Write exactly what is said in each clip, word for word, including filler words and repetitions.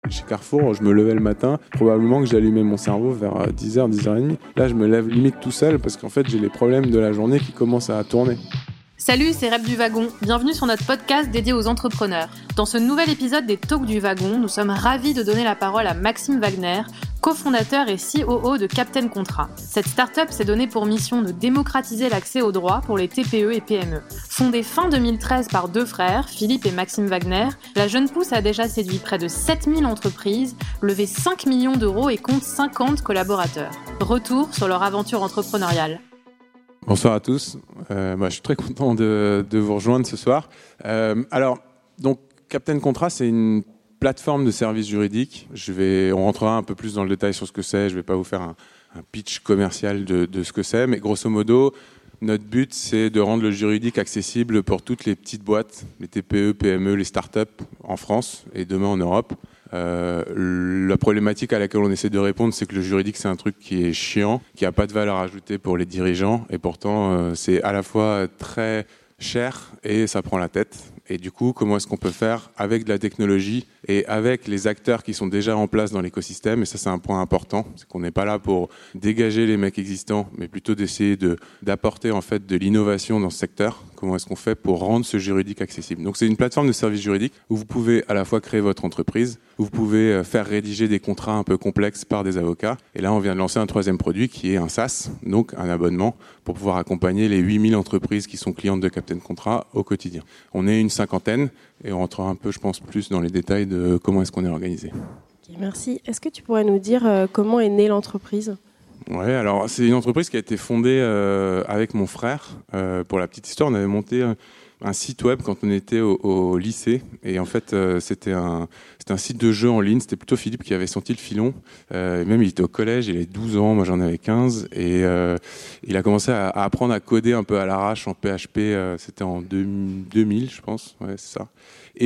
Chez Carrefour, je me levais le matin, probablement que j'allumais mon cerveau vers dix heures, dix heures trente. Là, je me lève limite tout seul parce qu'en fait, j'ai les problèmes de la journée qui commencent à tourner. Salut, c'est Rep du Wagon. Bienvenue sur notre podcast dédié aux entrepreneurs. Dans ce nouvel épisode des Talks du Wagon, nous sommes ravis de donner la parole à Maxime Wagner, cofondateur et C O O de Captain Contrat. Cette start-up s'est donnée pour mission de démocratiser l'accès aux droits pour les T P E et P M E. Fondée fin deux mille treize par deux frères, Philippe et Maxime Wagner, la jeune pousse a déjà séduit près de sept mille entreprises, levé cinq millions d'euros et compte cinquante collaborateurs. Retour sur leur aventure entrepreneuriale. Bonsoir à tous. Euh, bah, je suis très content de, de vous rejoindre ce soir. Euh, alors, donc, Captain Contrat, c'est une plateforme de services juridiques. Je vais, on rentrera un peu plus dans le détail sur ce que c'est. Je ne vais pas vous faire un, un pitch commercial de, de ce que c'est, mais grosso modo, notre but, c'est de rendre le juridique accessible pour toutes les petites boîtes, les T P E, P M E, les startups en France et demain en Europe. Euh, la problématique à laquelle on essaie de répondre, c'est que le juridique, c'est un truc qui est chiant, qui n'a pas de valeur ajoutée pour les dirigeants, et pourtant, euh, c'est à la fois très cher et ça prend la tête. Et du coup, comment est-ce qu'on peut faire avec de la technologie et avec les acteurs qui sont déjà en place dans l'écosystème? Et ça, c'est un point important, c'est qu'on n'est pas là pour dégager les mecs existants, mais plutôt d'essayer de, d'apporter en fait de l'innovation dans ce secteur. Comment est-ce qu'on fait pour rendre ce juridique accessible? Donc, c'est une plateforme de services juridiques où vous pouvez à la fois créer votre entreprise, où vous pouvez faire rédiger des contrats un peu complexes par des avocats. Et là, on vient de lancer un troisième produit qui est un SaaS, donc un abonnement, pour pouvoir accompagner les huit mille entreprises qui sont clientes de Captain Contrat au quotidien. On est une cinquantaine et on rentrera un peu, je pense, plus dans les détails de comment est-ce qu'on est organisé. Okay, merci. Est-ce que tu pourrais nous dire euh, comment est née l'entreprise ? Ouais, alors c'est une entreprise qui a été fondée euh, avec mon frère. Euh, pour la petite histoire, on avait monté un, un site web quand on était au, au lycée. Et en fait, euh, c'était un, c'était un site de jeu en ligne. C'était plutôt Philippe qui avait senti le filon. Euh, même il était au collège, il avait douze ans, moi j'en avais quinze. Et euh, il a commencé à, à apprendre à coder un peu à l'arrache en P H P. Euh, c'était en deux mille, je pense. Ouais, c'est ça.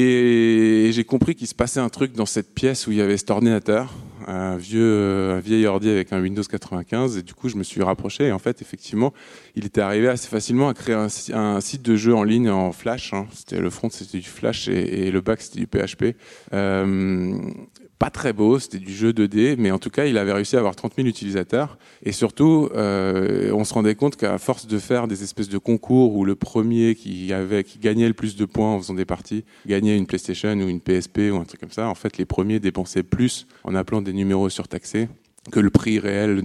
Et j'ai compris qu'il se passait un truc dans cette pièce où il y avait cet ordinateur, un vieux, un vieil ordi avec un Windows quatre-vingt-quinze, et du coup je me suis rapproché, et en fait effectivement il était arrivé assez facilement à créer un, un site de jeu en ligne en Flash, hein. C'était le front, c'était du Flash, et, et le back c'était du P H P. Euh, pas très beau, c'était du jeu deux D, mais en tout cas il avait réussi à avoir trente mille utilisateurs, et surtout euh, on se rendait compte qu'à force de faire des espèces de concours où le premier qui avait, qui gagnait le plus de points en faisant des parties gagnait une PlayStation ou une P S P ou un truc comme ça, en fait les premiers dépensaient plus en appelant des numéros surtaxés que le prix réel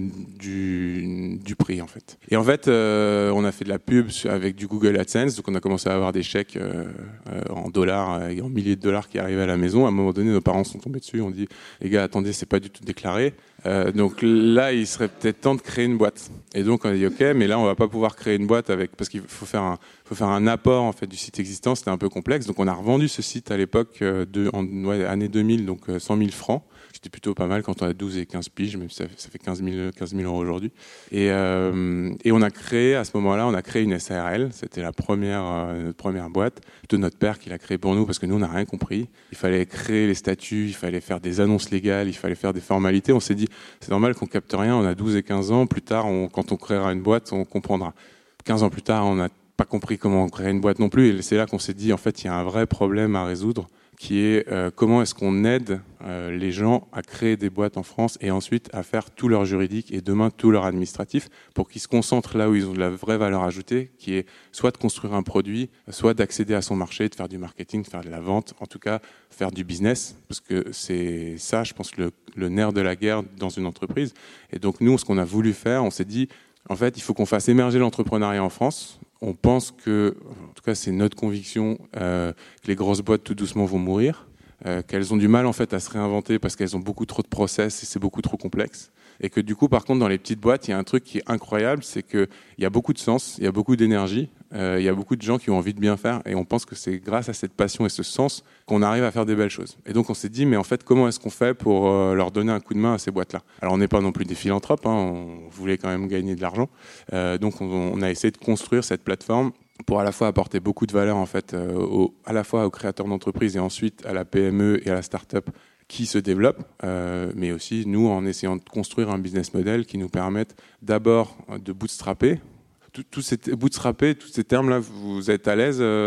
du, du prix en fait. Et en fait, euh, on a fait de la pub avec du Google AdSense, donc on a commencé à avoir des chèques euh, euh, en dollars, euh, en milliers de dollars qui arrivaient à la maison. À un moment donné, nos parents sont tombés dessus, on dit les gars, attendez, c'est pas du tout déclaré. Euh, donc là, il serait peut-être temps de créer une boîte. Et donc on a dit ok, mais là on va pas pouvoir créer une boîte avec parce qu'il faut faire un, faut faire un apport en fait du site existant. C'était un peu complexe, donc on a revendu ce site à l'époque euh, de en ouais, année deux mille, donc euh, cent mille francs. C'était plutôt pas mal quand on a douze et quinze piges, même si ça, ça fait quinze mille euros aujourd'hui. Et, euh, et on a créé, à ce moment-là, on a créé une S A R L. C'était la première, euh, notre première boîte. Plutôt notre père qui l'a créée pour nous parce que nous, on n'a rien compris. Il fallait créer les statuts, il fallait faire des annonces légales, il fallait faire des formalités. On s'est dit, c'est normal qu'on capte rien. On a douze et quinze ans. Plus tard, on, quand on créera une boîte, on comprendra. quinze ans plus tard, on n'a pas compris comment on créait une boîte non plus. Et c'est là qu'on s'est dit, en fait, il y a un vrai problème à résoudre, qui est euh, comment est-ce qu'on aide euh, les gens à créer des boîtes en France et ensuite à faire tout leur juridique et demain tout leur administratif pour qu'ils se concentrent là où ils ont de la vraie valeur ajoutée, qui est soit de construire un produit, soit d'accéder à son marché, de faire du marketing, de faire de la vente, en tout cas faire du business, parce que c'est ça, je pense, le, le nerf de la guerre dans une entreprise. Et donc nous, ce qu'on a voulu faire, on s'est dit, en fait, il faut qu'on fasse émerger l'entrepreneuriat en France. On pense que, en tout cas c'est notre conviction, euh, que les grosses boîtes tout doucement vont mourir, euh, qu'elles ont du mal en fait à se réinventer parce qu'elles ont beaucoup trop de process et c'est beaucoup trop complexe. Et que du coup, par contre, dans les petites boîtes, il y a un truc qui est incroyable, c'est qu'il y a beaucoup de sens, il y a beaucoup d'énergie, euh, il y a beaucoup de gens qui ont envie de bien faire, et on pense que c'est grâce à cette passion et ce sens qu'on arrive à faire des belles choses. Et donc on s'est dit, mais en fait, comment est-ce qu'on fait pour euh, leur donner un coup de main à ces boîtes-là? Alors on n'est pas non plus des philanthropes, hein, on voulait quand même gagner de l'argent, euh, donc on, on a essayé de construire cette plateforme pour à la fois apporter beaucoup de valeur en fait, euh, au, à la fois aux créateurs d'entreprises et ensuite à la P M E et à la start-up qui se développe, euh, mais aussi nous en essayant de construire un business model qui nous permette d'abord de bootstrapper. Tous ces bootstrapper, tous ces termes-là, vous êtes à l'aise euh,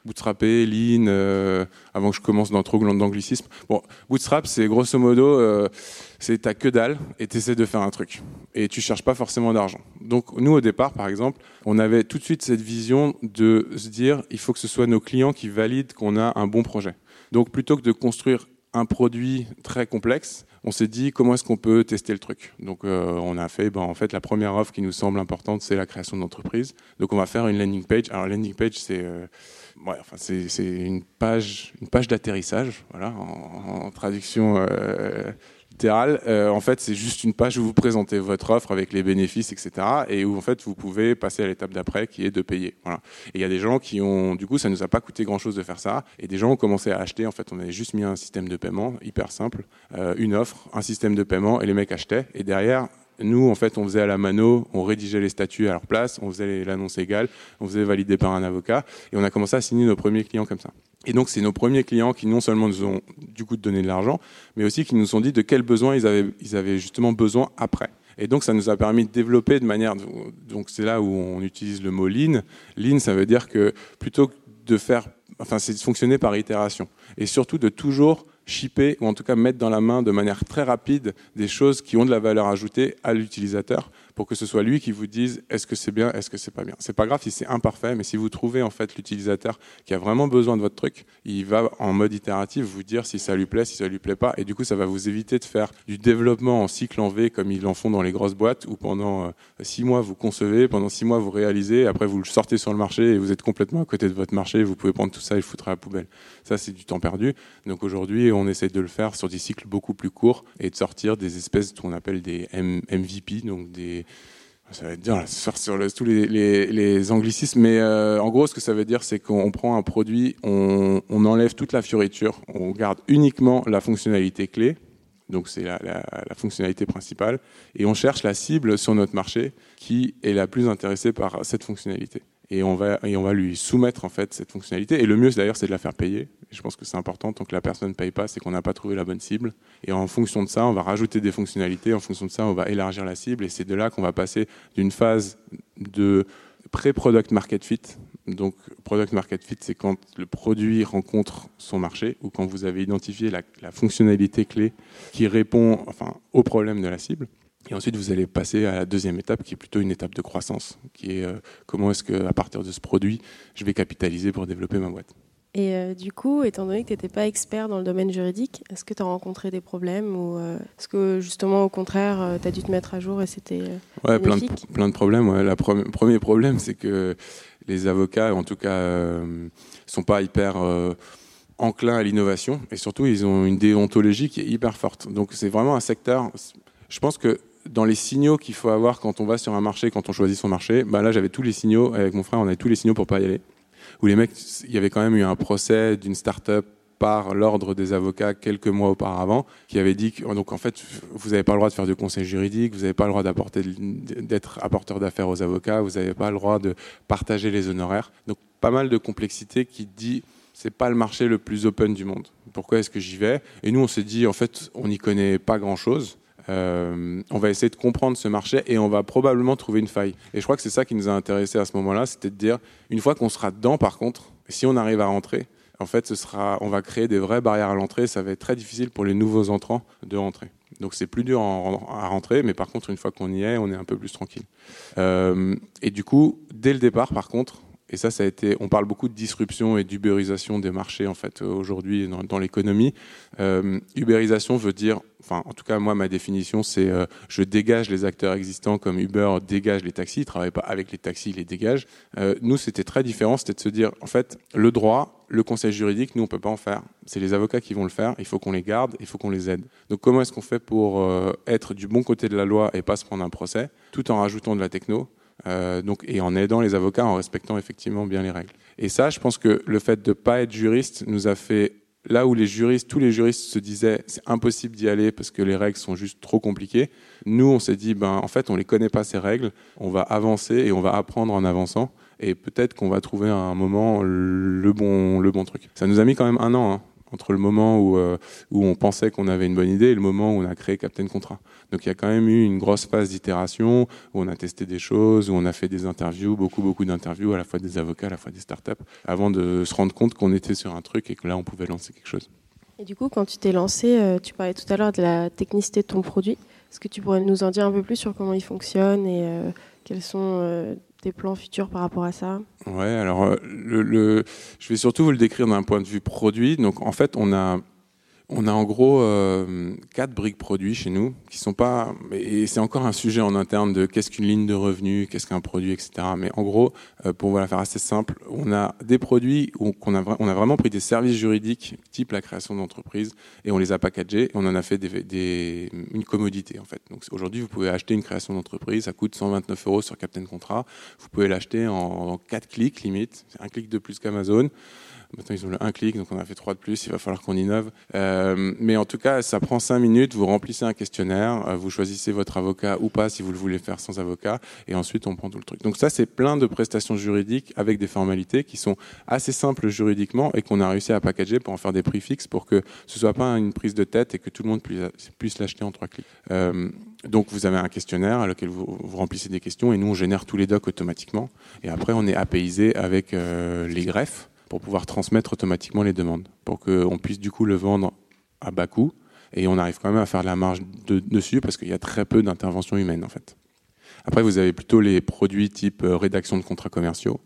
bootstrapper, lean, euh, avant que je commence dans trop d'anglicisme. Bon, bootstrap, c'est grosso modo, euh, c'est t'as que dalle et t'essaies de faire un truc. Et tu cherches pas forcément d'argent. Donc, nous, au départ, par exemple, on avait tout de suite cette vision de se dire, il faut que ce soit nos clients qui valident qu'on a un bon projet. Donc, plutôt que de construire un produit très complexe, on s'est dit comment est-ce qu'on peut tester le truc. Donc euh, on a fait, ben, en fait, la première offre qui nous semble importante, c'est la création d'entreprise. Donc on va faire une landing page. Alors landing page, c'est, euh, ouais, enfin, c'est, c'est une page, une page d'atterrissage, voilà, en, en traduction euh, littérale. Euh, en fait, c'est juste une page où vous présentez votre offre avec les bénéfices, et cetera. Et où en fait vous pouvez passer à l'étape d'après, qui est de payer. Voilà. Et il y a des gens qui ont, du coup, ça nous a pas coûté grand-chose de faire ça. Et des gens ont commencé à acheter. En fait, on avait juste mis un système de paiement hyper simple, euh, une offre, un système de paiement, et les mecs achetaient. Et derrière, nous, en fait, on faisait à la mano, on rédigeait les statuts à leur place, on faisait l'annonce égale, on faisait valider par un avocat, et on a commencé à signer nos premiers clients comme ça. Et donc, c'est nos premiers clients qui non seulement nous ont du coup donné de l'argent, mais aussi qui nous ont dit de quels besoins ils avaient, ils avaient justement besoin après. Et donc, ça nous a permis de développer de manière... Donc, c'est là où on utilise le mot lean. Lean, ça veut dire que plutôt que de faire... Enfin, c'est de fonctionner par itération. Et surtout de toujours shipper, ou en tout cas mettre dans la main de manière très rapide des choses qui ont de la valeur ajoutée à l'utilisateur, pour que ce soit lui qui vous dise est-ce que c'est bien, est-ce que c'est pas bien. C'est pas grave si c'est imparfait, mais si vous trouvez en fait l'utilisateur qui a vraiment besoin de votre truc, il va en mode itératif vous dire si ça lui plaît, si ça lui plaît pas, et du coup ça va vous éviter de faire du développement en cycle en V comme ils en font dans les grosses boîtes où pendant euh, six mois vous concevez, pendant six mois vous réalisez, après vous le sortez sur le marché et vous êtes complètement à côté de votre marché, vous pouvez prendre tout ça et le foutre à la poubelle. Ça c'est du temps perdu. Donc aujourd'hui on essaie de le faire sur des cycles beaucoup plus courts et de sortir des espèces qu'on appelle des M V P, donc des ça va dire sur, sur le, tous les, les, les anglicismes, mais euh, en gros, ce que ça veut dire, c'est qu'on prend un produit, on, on enlève toute la fioriture, on garde uniquement la fonctionnalité clé, donc c'est la, la, la fonctionnalité principale, et on cherche la cible sur notre marché qui est la plus intéressée par cette fonctionnalité. Et on va, et on va lui soumettre en fait cette fonctionnalité. Et le mieux, d'ailleurs, c'est de la faire payer. Et je pense que c'est important. Tant que la personne ne paye pas, c'est qu'on n'a pas trouvé la bonne cible. Et en fonction de ça, on va rajouter des fonctionnalités. En fonction de ça, on va élargir la cible. Et c'est de là qu'on va passer d'une phase de pré-product market fit. Donc, product market fit, c'est quand le produit rencontre son marché ou quand vous avez identifié la, la fonctionnalité clé qui répond, enfin, au problème de la cible. Et ensuite, vous allez passer à la deuxième étape, qui est plutôt une étape de croissance, qui est euh, comment est-ce qu'à partir de ce produit, je vais capitaliser pour développer ma boîte. Et euh, du coup, étant donné que tu n'étais pas expert dans le domaine juridique, est-ce que tu as rencontré des problèmes ou euh, est-ce que justement, au contraire, euh, tu as dû te mettre à jour et c'était euh, ouais, plein de, plein de problèmes. Ouais. Le pre- premier problème, c'est que les avocats, en tout cas, euh, sont pas hyper... Euh, enclins à l'innovation et surtout, ils ont une déontologie qui est hyper forte. Donc, c'est vraiment un secteur... Je pense que dans les signaux qu'il faut avoir quand on va sur un marché, quand on choisit son marché, bah là j'avais tous les signaux, avec mon frère on avait tous les signaux pour pas y aller. Où les mecs, il y avait quand même eu un procès d'une start-up par l'ordre des avocats quelques mois auparavant, qui avait dit que donc en fait vous n'avez pas le droit de faire de conseil juridique, vous n'avez pas le droit d'apporter, d'être apporteur d'affaires aux avocats, vous n'avez pas le droit de partager les honoraires. Donc pas mal de complexité qui dit c'est pas le marché le plus open du monde. Pourquoi est-ce que j'y vais ? Et nous on s'est dit en fait on n'y connaît pas grand-chose. Euh, on va essayer de comprendre ce marché et on va probablement trouver une faille. Et je crois que c'est ça qui nous a intéressés à ce moment-là, c'était de dire, une fois qu'on sera dedans par contre, si on arrive à rentrer, en fait, ce sera, on va créer des vraies barrières à l'entrée, ça va être très difficile pour les nouveaux entrants de rentrer. Donc c'est plus dur à rentrer, mais par contre, une fois qu'on y est, on est un peu plus tranquille. Euh, et du coup, dès le départ, par contre, et ça, ça a été. On parle beaucoup de disruption et d'ubérisation des marchés en fait aujourd'hui dans, dans l'économie. Euh, ubérisation veut dire, enfin, en tout cas moi, ma définition, c'est euh, je dégage les acteurs existants comme Uber dégage les taxis. Ils travaillent pas avec les taxis, ils les dégagent. Euh, nous, c'était très différent. C'était de se dire, en fait, le droit, le conseil juridique, nous, on peut pas en faire. C'est les avocats qui vont le faire. Il faut qu'on les garde, il faut qu'on les aide. Donc, comment est-ce qu'on fait pour euh, être du bon côté de la loi et pas se prendre un procès, tout en rajoutant de la techno? Euh, donc, et en aidant les avocats en respectant effectivement bien les règles. Et ça, je pense que le fait de ne pas être juriste nous a fait, là où les juristes, tous les juristes se disaient c'est impossible d'y aller parce que les règles sont juste trop compliquées, nous on s'est dit ben, en fait on ne les connaît pas ces règles, on va avancer et on va apprendre en avançant et peut-être qu'on va trouver à un moment le bon, le bon truc. Ça nous a mis quand même un an, hein. entre le moment où, euh, où on pensait qu'on avait une bonne idée et le moment où on a créé Captain Contrat. Donc il y a quand même eu une grosse phase d'itération où on a testé des choses, où on a fait des interviews, beaucoup beaucoup d'interviews, à la fois des avocats, à la fois des startups, avant de se rendre compte qu'on était sur un truc et que là on pouvait lancer quelque chose. Et du coup, quand tu t'es lancé, euh, tu parlais tout à l'heure de la technicité de ton produit. Est-ce que tu pourrais nous en dire un peu plus sur comment il fonctionne et euh, quels sont euh, tes plans futurs par rapport à ça ? Ouais, alors le, le, je vais surtout vous le décrire d'un point de vue produit. Donc en fait, on a On a en gros euh, quatre briques produits chez nous qui sont pas, et c'est encore un sujet en interne de qu'est-ce qu'une ligne de revenu, qu'est-ce qu'un produit, et cetera. Mais en gros, euh, pour voilà, faire assez simple, on a des produits où qu'on a, on a vraiment pris des services juridiques type la création d'entreprise et on les a packagés et on en a fait des, des, une commodité en fait. Donc aujourd'hui, vous pouvez acheter une création d'entreprise, ça coûte cent vingt-neuf euros sur Captain Contrat. Vous pouvez l'acheter en, en quatre clics limite, c'est un clic de plus qu'Amazon. Maintenant, ils ont le un clic, donc on a fait trois de plus, il va falloir qu'on innove. Euh, mais en tout cas, ça prend cinq minutes, vous remplissez un questionnaire, euh, vous choisissez votre avocat ou pas si vous le voulez faire sans avocat, et ensuite on prend tout le truc. Donc ça, c'est plein de prestations juridiques avec des formalités qui sont assez simples juridiquement et qu'on a réussi à packager pour en faire des prix fixes pour que ce soit pas une prise de tête et que tout le monde puisse, puisse l'acheter en trois clics. Euh, donc vous avez un questionnaire à lequel vous, vous remplissez des questions et nous, on génère tous les docs automatiquement. Et après, on est apaisé avec euh, les greffes pour pouvoir transmettre automatiquement les demandes, pour qu'on puisse du coup le vendre à bas coût, et on arrive quand même à faire de la marge de, dessus, parce qu'il y a très peu d'intervention humaine en fait. Après, vous avez plutôt les produits type rédaction de contrats commerciaux,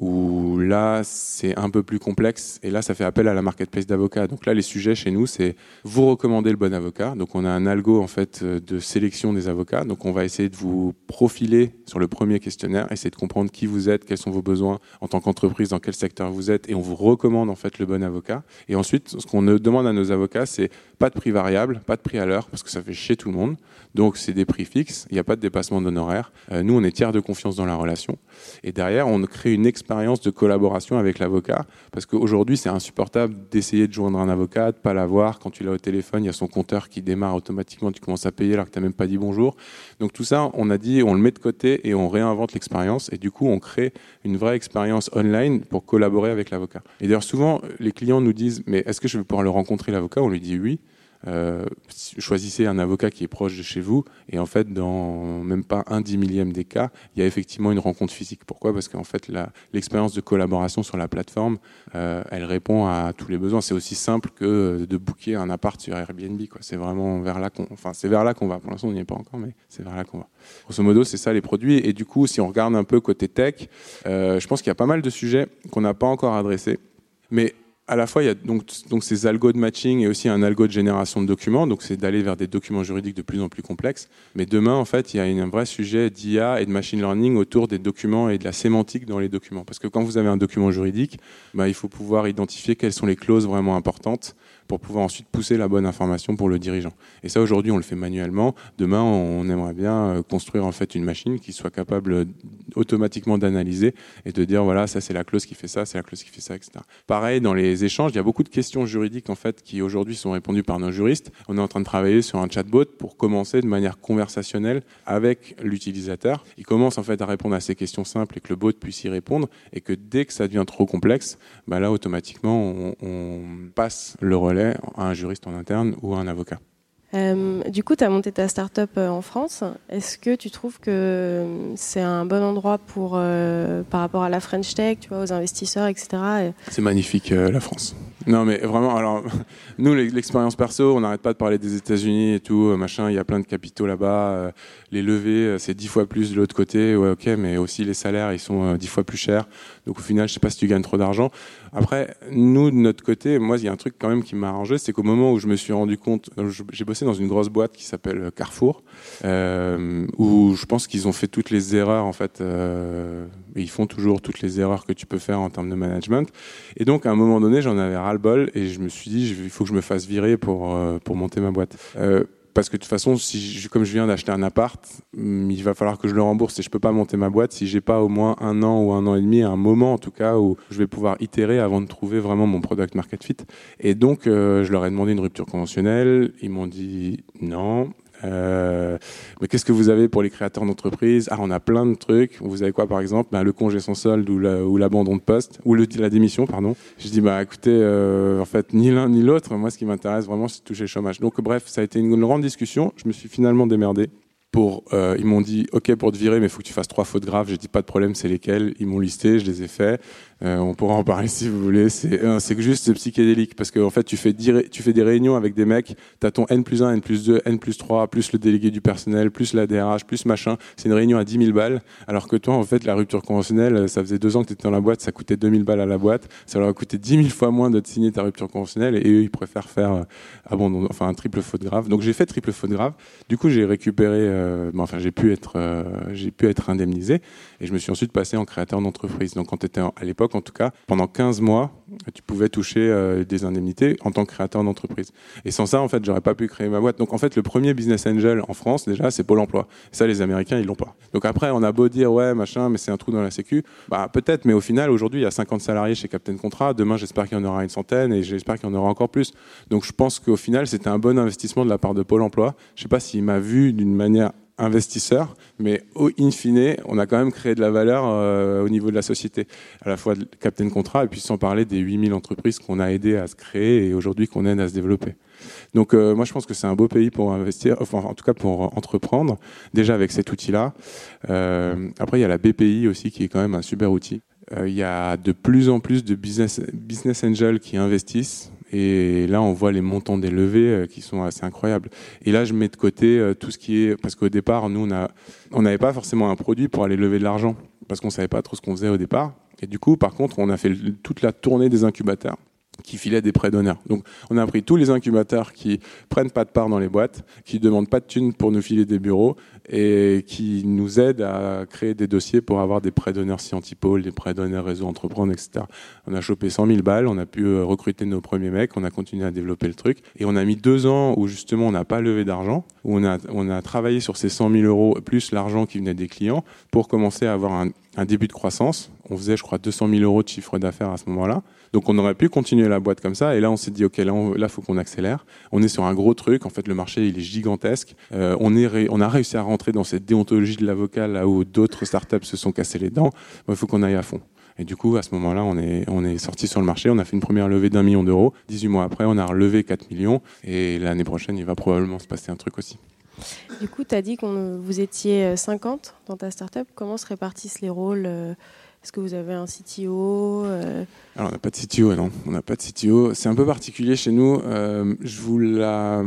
où là, c'est un peu plus complexe, et là, ça fait appel à la marketplace d'avocats. Donc là, les sujets chez nous, c'est vous recommander le bon avocat. Donc on a un algo en fait de sélection des avocats. Donc on va essayer de vous profiler sur le premier questionnaire, essayer de comprendre qui vous êtes, quels sont vos besoins en tant qu'entreprise, dans quel secteur vous êtes, et on vous recommande en fait le bon avocat. Et ensuite, ce qu'on demande à nos avocats, c'est pas de prix variable, pas de prix à l'heure, parce que ça fait chier tout le monde. Donc c'est des prix fixes, il n'y a pas de dépassement d'honoraires. Euh, nous, on est tiers de confiance dans la relation. Et derrière, on crée une expérience de collaboration avec l'avocat, parce qu'aujourd'hui, c'est insupportable d'essayer de joindre un avocat, de ne pas l'avoir. Quand tu l'as au téléphone, il y a son compteur qui démarre automatiquement, tu commences à payer alors que tu n'as même pas dit bonjour. Donc tout ça, on a dit, on le met de côté et on réinvente l'expérience. Et du coup, on crée une vraie expérience online pour collaborer avec l'avocat. Et d'ailleurs, souvent, les clients nous disent, mais est-ce que je vais pouvoir le rencontrer, l'avocat ? On lui dit oui. Euh, choisissez un avocat qui est proche de chez vous, et en fait, dans même pas un dix millième des cas, il y a effectivement une rencontre physique. Pourquoi ? Parce qu'en fait, la, l'expérience de collaboration sur la plateforme, euh, elle répond à tous les besoins. C'est aussi simple que de booker un appart sur Airbnb, quoi. C'est vraiment vers là qu'on, enfin, c'est vers là qu'on va. Pour l'instant, on n'y est pas encore, mais c'est vers là qu'on va. Grosso modo, c'est ça les produits. Et du coup, si on regarde un peu côté tech, euh, je pense qu'il y a pas mal de sujets qu'on n'a pas encore adressés, mais à la fois, il y a donc, donc ces algos de matching et aussi un algo de génération de documents. Donc, c'est d'aller vers des documents juridiques de plus en plus complexes. Mais demain, en fait, il y a un vrai sujet d'I A et de machine learning autour des documents et de la sémantique dans les documents. Parce que quand vous avez un document juridique, bah, il faut pouvoir identifier quelles sont les clauses vraiment importantes pour pouvoir ensuite pousser la bonne information pour le dirigeant. Et ça, aujourd'hui, on le fait manuellement. Demain, on aimerait bien construire en fait une machine qui soit capable automatiquement d'analyser et de dire, voilà, ça c'est la clause qui fait ça, c'est la clause qui fait ça, et cetera. Pareil, dans les échanges, il y a beaucoup de questions juridiques en fait qui aujourd'hui sont répondues par nos juristes. On est en train de travailler sur un chatbot pour commencer de manière conversationnelle avec l'utilisateur. Il commence en fait à répondre à ces questions simples et que le bot puisse y répondre, et que dès que ça devient trop complexe, bah là, automatiquement, on, on passe le relais à un juriste en interne ou à un avocat. Euh, du coup, tu as monté ta start-up en France. Est-ce que tu trouves que c'est un bon endroit pour, euh, par rapport à la French Tech, tu vois, aux investisseurs, et cetera. C'est magnifique, euh, la France. Non, mais vraiment, alors, nous, l'expérience perso, on n'arrête pas de parler des États-Unis et tout, machin, il y a plein de capitaux là-bas. Euh, les levées, c'est dix fois plus de l'autre côté, ouais, ok, mais aussi les salaires, ils sont euh, dix fois plus chers. Donc au final, je sais pas si tu gagnes trop d'argent. Après, nous, de notre côté, moi, il y a un truc quand même qui m'a arrangé, c'est qu'au moment où je me suis rendu compte, j'ai bossé dans une grosse boîte qui s'appelle Carrefour, euh, où je pense qu'ils ont fait toutes les erreurs, en fait, euh, et ils font toujours toutes les erreurs que tu peux faire en termes de management. Et donc, à un moment donné, j'en avais ras-le-bol, et je me suis dit, il faut que je me fasse virer pour, euh, pour monter ma boîte. Euh, Parce que de toute façon, si je, comme je viens d'acheter un appart, il va falloir que je le rembourse et je peux pas monter ma boîte si j'ai pas au moins un an ou un an et demi, un moment en tout cas où je vais pouvoir itérer avant de trouver vraiment mon product market fit. Et donc, euh, je leur ai demandé une rupture conventionnelle. Ils m'ont dit non. Euh, mais qu'est-ce que vous avez pour les créateurs d'entreprise? Ah, on a plein de trucs. Vous avez quoi, par exemple? Ben, le congé sans solde ou, la, ou l'abandon de poste, ou le, la démission, pardon. Je dis, bah, écoutez, euh, en fait, ni l'un ni l'autre. Moi, ce qui m'intéresse vraiment, c'est de toucher le chômage. Donc, bref, ça a été une grande discussion. Je me suis finalement démerdé. Pour, euh, ils m'ont dit, OK, pour te virer, mais il faut que tu fasses trois fautes graves. J'ai dit, pas de problème, c'est lesquelles? Ils m'ont listé, je les ai fait. Euh, on pourra en parler si vous voulez. C'est, euh, c'est juste c'est psychédélique parce que en fait, tu fais, dix, tu fais des réunions avec des mecs. T'as ton N plus un, N plus deux, N plus trois, plus le délégué du personnel, plus la D R H, plus machin. C'est une réunion à dix mille balles. Alors que toi, en fait, la rupture conventionnelle, ça faisait deux ans que tu étais dans la boîte, ça coûtait deux mille balles à la boîte. Ça leur a coûté dix mille fois moins de te signer ta rupture conventionnelle et eux, ils préfèrent faire euh, abandon, enfin un triple faute grave. Donc j'ai fait triple faute grave. Du coup, j'ai récupéré, euh, ben, enfin j'ai pu être, euh, j'ai pu être indemnisé et je me suis ensuite passé en créateur d'entreprise. Donc quand tu étais à l'époque, en tout cas, pendant quinze mois, tu pouvais toucher euh, des indemnités en tant que créateur d'entreprise. Et sans ça, en fait, j'aurais pas pu créer ma boîte. Donc, en fait, le premier business angel en France, déjà, c'est Pôle emploi. Et ça, les Américains, ils l'ont pas. Donc après, on a beau dire, ouais, machin, mais c'est un trou dans la sécu. Bah, peut-être, mais au final, aujourd'hui, il y a cinquante salariés chez Captain Contrat. Demain, j'espère qu'il y en aura une centaine et j'espère qu'il y en aura encore plus. Donc, je pense qu'au final, c'était un bon investissement de la part de Pôle emploi. Je sais pas s'il m'a vu d'une manière investisseur, mais au in fine, on a quand même créé de la valeur euh, au niveau de la société, à la fois de Captain Contrat et puis sans parler des huit mille entreprises qu'on a aidé à se créer et aujourd'hui qu'on aide à se développer. Donc euh, moi je pense que c'est un beau pays pour investir, enfin en tout cas pour entreprendre, déjà avec cet outil-là. Euh, après il y a la B P I aussi qui est quand même un super outil. Euh, il y a de plus en plus de business, business angels qui investissent. Et là, on voit les montants des levées qui sont assez incroyables. Et là, je mets de côté tout ce qui est... Parce qu'au départ, nous, on a, on n'avait pas forcément un produit pour aller lever de l'argent. Parce qu'on ne savait pas trop ce qu'on faisait au départ. Et du coup, par contre, on a fait toute la tournée des incubateurs qui filaient des prêts d'honneur. Donc, on a pris tous les incubateurs qui prennent pas de part dans les boîtes, qui demandent pas de thunes pour nous filer des bureaux et qui nous aident à créer des dossiers pour avoir des prêts d'honneur Scientipol, des prêts d'honneur Réseau Entreprendre, et cetera. On a chopé cent mille balles, on a pu recruter nos premiers mecs, on a continué à développer le truc. Et on a mis deux ans où justement on n'a pas levé d'argent, où on a, on a travaillé sur ces cent mille euros plus l'argent qui venait des clients pour commencer à avoir un, un début de croissance. On faisait, je crois, deux cent mille euros de chiffre d'affaires à ce moment-là. Donc on aurait pu continuer la boîte comme ça. Et là, on s'est dit, OK, là, on, là, faut qu'on accélère. On est sur un gros truc. En fait, le marché, il est gigantesque. Euh, on, est ré, on a réussi à rentrer dans cette déontologie de l'avocat, là où d'autres startups se sont cassés les dents. Il faut qu'on aille à fond. Et du coup, à ce moment-là, on est, on est sorti sur le marché. On a fait une première levée d'un million d'euros. dix-huit mois après, on a relevé quatre millions. Et l'année prochaine, il va probablement se passer un truc aussi. Du coup, tu as dit que vous étiez cinquante dans ta startup. Comment se répartissent les rôles ? Est-ce que vous avez un C T O euh... Alors, on n'a pas de C T O, non. On n'a pas de C T O. C'est un peu particulier chez nous. Euh, je vous la,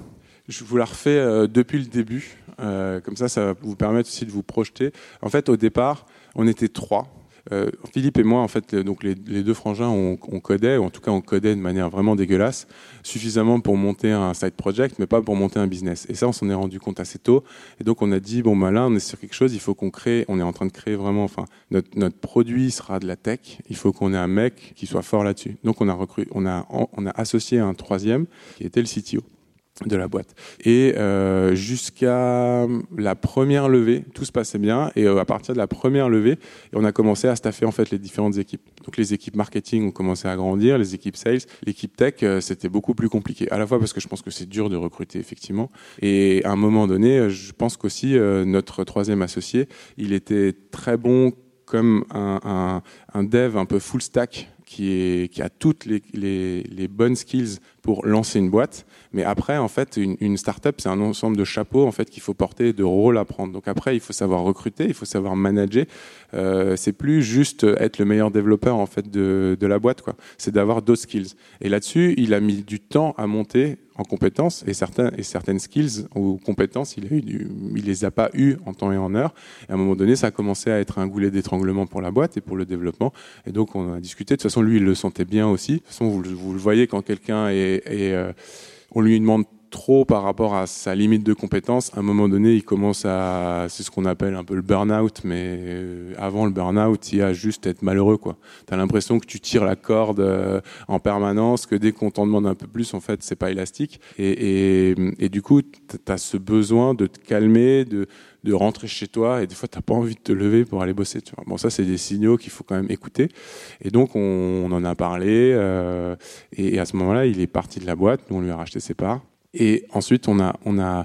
je vous la refais euh, depuis le début. Euh, comme ça, ça va vous permettre aussi de vous projeter. En fait, au départ, on était trois. Euh, Philippe et moi, en fait, donc les, les deux frangins, on, on codait, ou en tout cas on codait de manière vraiment dégueulasse, suffisamment pour monter un side project, mais pas pour monter un business. Et ça, on s'en est rendu compte assez tôt. Et donc on a dit, bon ben là, on est sur quelque chose, il faut qu'on crée, on est en train de créer vraiment, enfin, notre, notre produit sera de la tech, il faut qu'on ait un mec qui soit fort là-dessus. Donc on a recruté, on a, on a associé un troisième, qui était le C T O de la boîte. Et euh, jusqu'à la première levée, tout se passait bien. Et euh, à partir de la première levée, on a commencé à staffer en fait les différentes équipes. Donc les équipes marketing ont commencé à grandir, les équipes sales, l'équipe tech, euh, c'était beaucoup plus compliqué. À la fois parce que je pense que c'est dur de recruter effectivement. Et à un moment donné, je pense qu'aussi euh, notre troisième associé, il était très bon comme un, un, un dev un peu full stack. Qui, est, qui a toutes les, les, les bonnes skills pour lancer une boîte, mais après en fait une, une start-up c'est un ensemble de chapeaux en fait qu'il faut porter, de rôles à prendre. Donc après il faut savoir recruter, il faut savoir manager. Euh, c'est plus juste être le meilleur développeur en fait de, de la boîte quoi. C'est d'avoir d'autres skills. Et là-dessus il a mis du temps à monter en compétences et certains et certaines skills ou compétences il a eu du, il les a pas eu en temps et en heure. Et à un moment donné ça a commencé à être un goulet d'étranglement pour la boîte et pour le développement. Et donc on a discuté. De toute façon lui il le sentait bien aussi. De toute façon vous, vous le voyez quand quelqu'un est, est euh, on lui demande trop par rapport à sa limite de compétence, à un moment donné, il commence à... C'est ce qu'on appelle un peu le burn-out, mais avant le burn-out, il y a juste être malheureux, quoi. T'as l'impression que tu tires la corde euh, en permanence, que dès qu'on t'en demande un peu plus, en fait, c'est pas élastique. Et, et, et du coup, t'as ce besoin de te calmer, de, de rentrer chez toi, et des fois, t'as pas envie de te lever pour aller bosser, tu vois. Bon, ça, c'est des signaux qu'il faut quand même écouter. Et donc, on, on en a parlé, euh, et, et à ce moment-là, il est parti de la boîte, nous, on lui a racheté ses parts. Et ensuite, on a, on a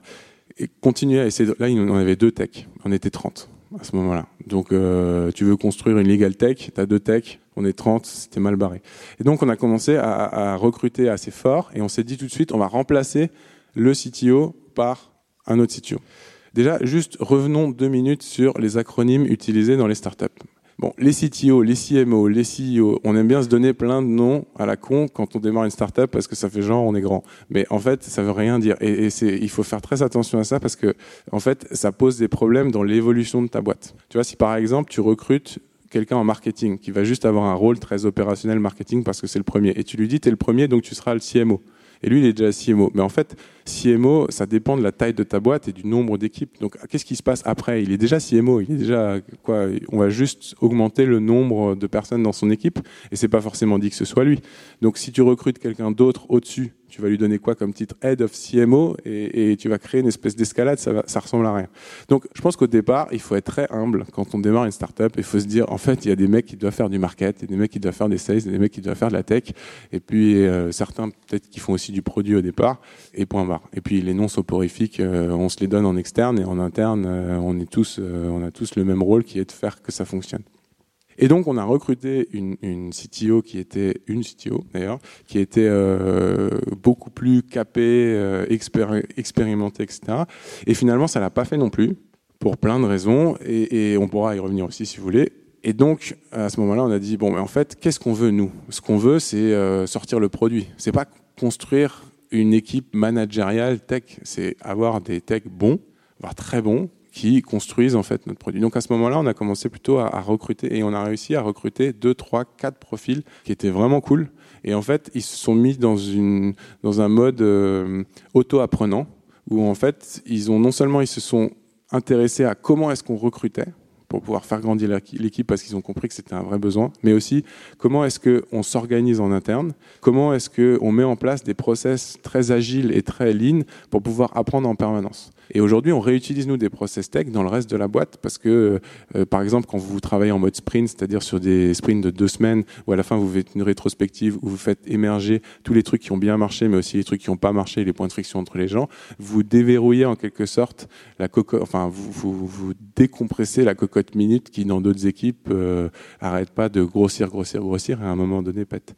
et continuer à essayer. De... Là, on avait deux techs, on était trente à ce moment-là. Donc, euh, tu veux construire une legal tech, tu as deux techs, on est trente, c'était mal barré. Et donc, on a commencé à, à recruter assez fort et on s'est dit tout de suite, on va remplacer le C T O par un autre C T O. Déjà, juste revenons deux minutes sur les acronymes utilisés dans les startups. Bon, les C T O, les C M O, les C E O, on aime bien se donner plein de noms à la con quand on démarre une startup parce que ça fait genre on est grand. Mais en fait, ça veut rien dire. Et, et c'est, il faut faire très attention à ça parce que, en fait, ça pose des problèmes dans l'évolution de ta boîte. Tu vois, si par exemple, tu recrutes quelqu'un en marketing qui va juste avoir un rôle très opérationnel marketing parce que c'est le premier. Et tu lui dis, t'es le premier, donc tu seras le C M O. Et lui, il est déjà C M O. Mais en fait, C M O, ça dépend de la taille de ta boîte et du nombre d'équipes. Donc, qu'est-ce qui se passe après ? Il est déjà C M O. Il est déjà quoi ? On va juste augmenter le nombre de personnes dans son équipe. Et c'est pas forcément dit que ce soit lui. Donc, si tu recrutes quelqu'un d'autre au-dessus, tu vas lui donner quoi comme titre ? Head of C M O, et, et tu vas créer une espèce d'escalade. Ça, va, ça ressemble à rien. Donc, je pense qu'au départ, il faut être très humble quand on démarre une startup. Il faut se dire, en fait, il y a des mecs qui doivent faire du market, il y a des mecs qui doivent faire des sales, il y a des mecs qui doivent faire de la tech, et puis euh, certains peut-être qui font aussi du produit au départ, et point barre. Et puis les noms soporifiques, euh, on se les donne en externe, et en interne, euh, on est tous, euh, on a tous le même rôle qui est de faire que ça fonctionne. Et donc, on a recruté une, une C T O qui était, une C T O d'ailleurs, qui était euh, beaucoup plus capée, euh, expéri- expérimentée, et cetera. Et finalement, ça l'a pas fait non plus, pour plein de raisons, et, et on pourra y revenir aussi si vous voulez. Et donc, à ce moment-là, on a dit, bon, mais en fait, qu'est-ce qu'on veut, nous ? Ce qu'on veut, c'est euh, sortir le produit. C'est pas construire une équipe managériale tech, c'est avoir des techs bons, voire très bons, qui construisent en fait notre produit. Donc à ce moment-là, on a commencé plutôt à, à recruter et on a réussi à recruter deux, trois, quatre profils qui étaient vraiment cool. Et en fait, ils se sont mis dans une dans un mode euh, auto-apprenant où en fait, ils ont non seulement ils se sont intéressés à comment est-ce qu'on recrutait pour pouvoir faire grandir l'équipe parce qu'ils ont compris que c'était un vrai besoin, mais aussi comment est-ce qu'on s'organise en interne, comment est-ce qu'on met en place des process très agiles et très lean pour pouvoir apprendre en permanence. Et aujourd'hui, on réutilise, nous, des process tech dans le reste de la boîte parce que, euh, par exemple, quand vous travaillez en mode sprint, c'est-à-dire sur des sprints de deux semaines, où à la fin, vous faites une rétrospective, où vous faites émerger tous les trucs qui ont bien marché, mais aussi les trucs qui n'ont pas marché, les points de friction entre les gens, vous déverrouillez en quelque sorte la cocotte, enfin, vous, vous, vous décompressez la cocotte minute qui, dans d'autres équipes, euh, arrête pas de grossir, grossir, grossir, et à un moment donné, pète.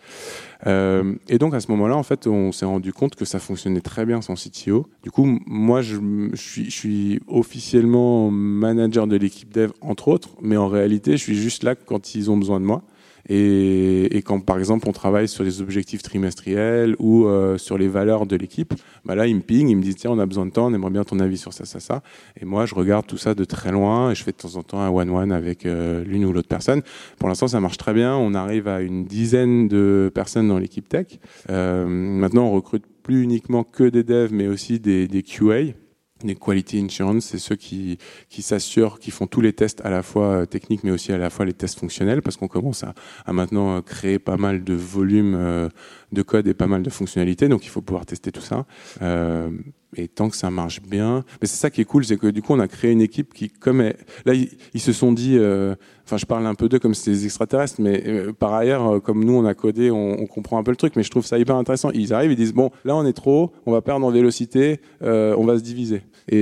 Euh, et donc, à ce moment-là, en fait, on s'est rendu compte que ça fonctionnait très bien sans C T O. Du coup, moi, je, je suis, je suis officiellement manager de l'équipe dev, entre autres, mais en réalité, je suis juste là quand ils ont besoin de moi. Et, et quand, par exemple, on travaille sur les objectifs trimestriels ou euh, sur les valeurs de l'équipe, bah là, ils me pingent, ils me disent « Tiens, on a besoin de temps, on aimerait bien ton avis sur ça, ça, ça. » Et moi, je regarde tout ça de très loin et je fais de temps en temps un one-one avec euh, l'une ou l'autre personne. Pour l'instant, ça marche très bien. On arrive à une dizaine de personnes dans l'équipe tech. Euh, maintenant, on recrute plus uniquement que des devs, mais aussi des, des Q A. Les quality insurance, c'est ceux qui, qui s'assurent, qui font tous les tests à la fois techniques, mais aussi à la fois les tests fonctionnels, parce qu'on commence à, à maintenant créer pas mal de volume euh, de code et pas mal de fonctionnalités, donc il faut pouvoir tester tout ça. Euh, et tant que ça marche bien, mais c'est ça qui est cool, c'est que du coup on a créé une équipe qui, comme elle, là ils, ils se sont dit, euh, enfin je parle un peu d'eux comme si c'était des extraterrestres, mais euh, par ailleurs, euh, comme nous on a codé, on, on comprend un peu le truc, mais je trouve ça hyper intéressant. Ils arrivent, ils disent bon, là on est trop, on va perdre en vélocité, euh, on va se diviser.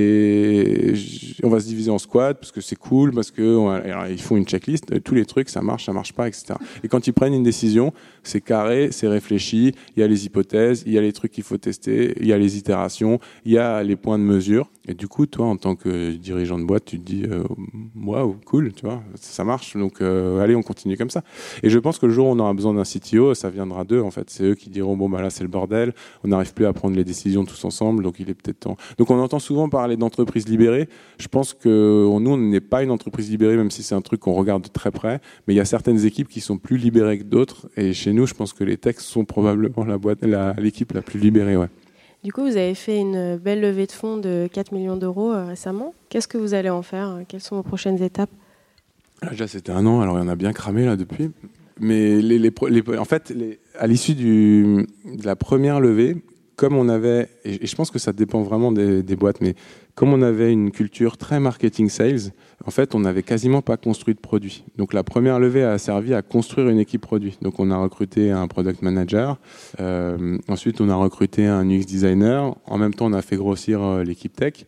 Et on va se diviser en squads parce que c'est cool, parce que on, alors, ils font une checklist, tous les trucs, ça marche, ça marche pas, et cetera. Et quand ils prennent une décision, c'est carré, c'est réfléchi, il y a les hypothèses, il y a les trucs qu'il faut tester, il y a les itérations, il y a les points de mesure. Et du coup, toi, en tant que dirigeant de boîte, tu te dis waouh, wow, cool, tu vois, ça marche. Donc, euh, allez, on continue comme ça. Et je pense que le jour où on aura besoin d'un C T O, ça viendra d'eux. En fait, c'est eux qui diront bon bah là, c'est le bordel. On n'arrive plus à prendre les décisions tous ensemble, donc il est peut-être temps. Donc, on entend souvent parler d'entreprise libérée. Je pense que nous, on n'est pas une entreprise libérée, même si c'est un truc qu'on regarde de très près. Mais il y a certaines équipes qui sont plus libérées que d'autres. Et chez nous, je pense que les techs sont probablement la boîte, la, l'équipe la plus libérée, ouais. Du coup, vous avez fait une belle levée de fonds de quatre millions d'euros euh, récemment. Qu'est-ce que vous allez en faire ? Quelles sont vos prochaines étapes ? Là, déjà, c'était un an, alors il y en a bien cramé là depuis. Mais les, les, les, en fait, les, à l'issue du, de la première levée, comme on avait, et je pense que ça dépend vraiment des, des boîtes, mais comme on avait une culture très marketing sales, en fait, on n'avait quasiment pas construit de produit. Donc la première levée a servi à construire une équipe produit. Donc on a recruté un product manager, euh, ensuite on a recruté un U X designer, en même temps on a fait grossir euh, l'équipe tech.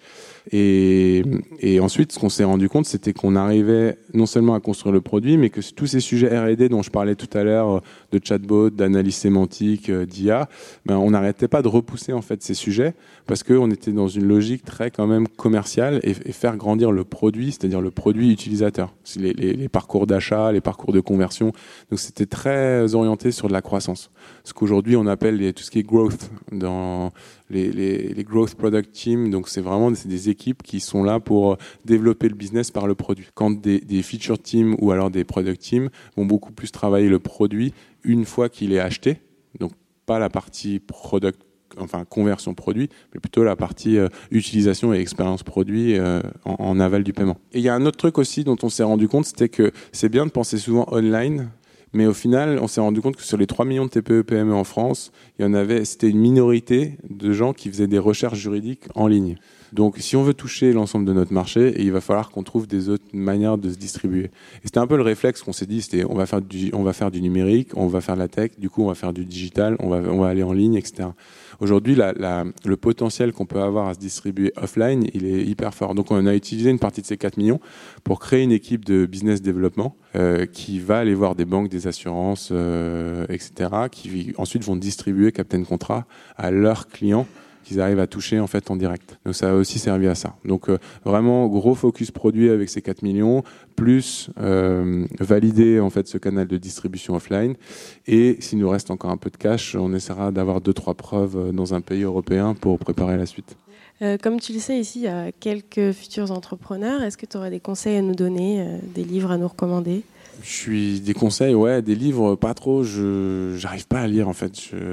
Et, et ensuite, ce qu'on s'est rendu compte, c'était qu'on arrivait non seulement à construire le produit, mais que tous ces sujets R et D dont je parlais tout à l'heure, de chatbot, d'analyse sémantique, d'I A, ben, on n'arrêtait pas de repousser en fait ces sujets parce qu'on était dans une logique très quand même commerciale et, et faire grandir le produit, c'est-à-dire le produit utilisateur, les, les, les parcours d'achat, les parcours de conversion. Donc c'était très orienté sur de la croissance. Ce qu'aujourd'hui on appelle les, tout ce qui est growth dans les, les, les growth product teams. Donc c'est vraiment c'est des équipes qui sont là pour développer le business par le produit. Quand des, des feature teams ou alors des product teams vont beaucoup plus travailler le produit une fois qu'il est acheté, donc pas la partie product, enfin conversion produit, mais plutôt la partie euh, utilisation et expérience produit euh, en, en aval du paiement. Et il y a un autre truc aussi dont on s'est rendu compte, c'était que c'est bien de penser souvent online, mais au final, on s'est rendu compte que sur les trois millions de T P E P M E en France, il y en avait, c'était une minorité de gens qui faisaient des recherches juridiques en ligne. Donc, si on veut toucher l'ensemble de notre marché, il va falloir qu'on trouve des autres manières de se distribuer. Et c'était un peu le réflexe qu'on s'est dit, c'était on va faire du, on va faire du numérique, on va faire de la tech, du coup on va faire du digital, on va, on va aller en ligne, et cetera. Aujourd'hui, la, la, le potentiel qu'on peut avoir à se distribuer offline, il est hyper fort. Donc, on a utilisé une partie de ces quatre millions pour créer une équipe de business développement euh, qui va aller voir des banques, des assurances, euh, et cetera, qui ensuite vont distribuer Captain Contrat à leurs clients qu'ils arrivent à toucher en fait en direct. Donc ça a aussi servi à ça. Donc euh, vraiment gros focus produit avec ces quatre millions, plus euh, valider en fait ce canal de distribution offline. Et s'il nous reste encore un peu de cash, on essaiera d'avoir deux trois preuves dans un pays européen pour préparer la suite. Euh, comme tu le sais, ici, il y a quelques futurs entrepreneurs. Est-ce que tu aurais des conseils à nous donner, euh, des livres à nous recommander ? Je suis des conseils, ouais, des livres, pas trop. Je j'arrive pas à lire en fait.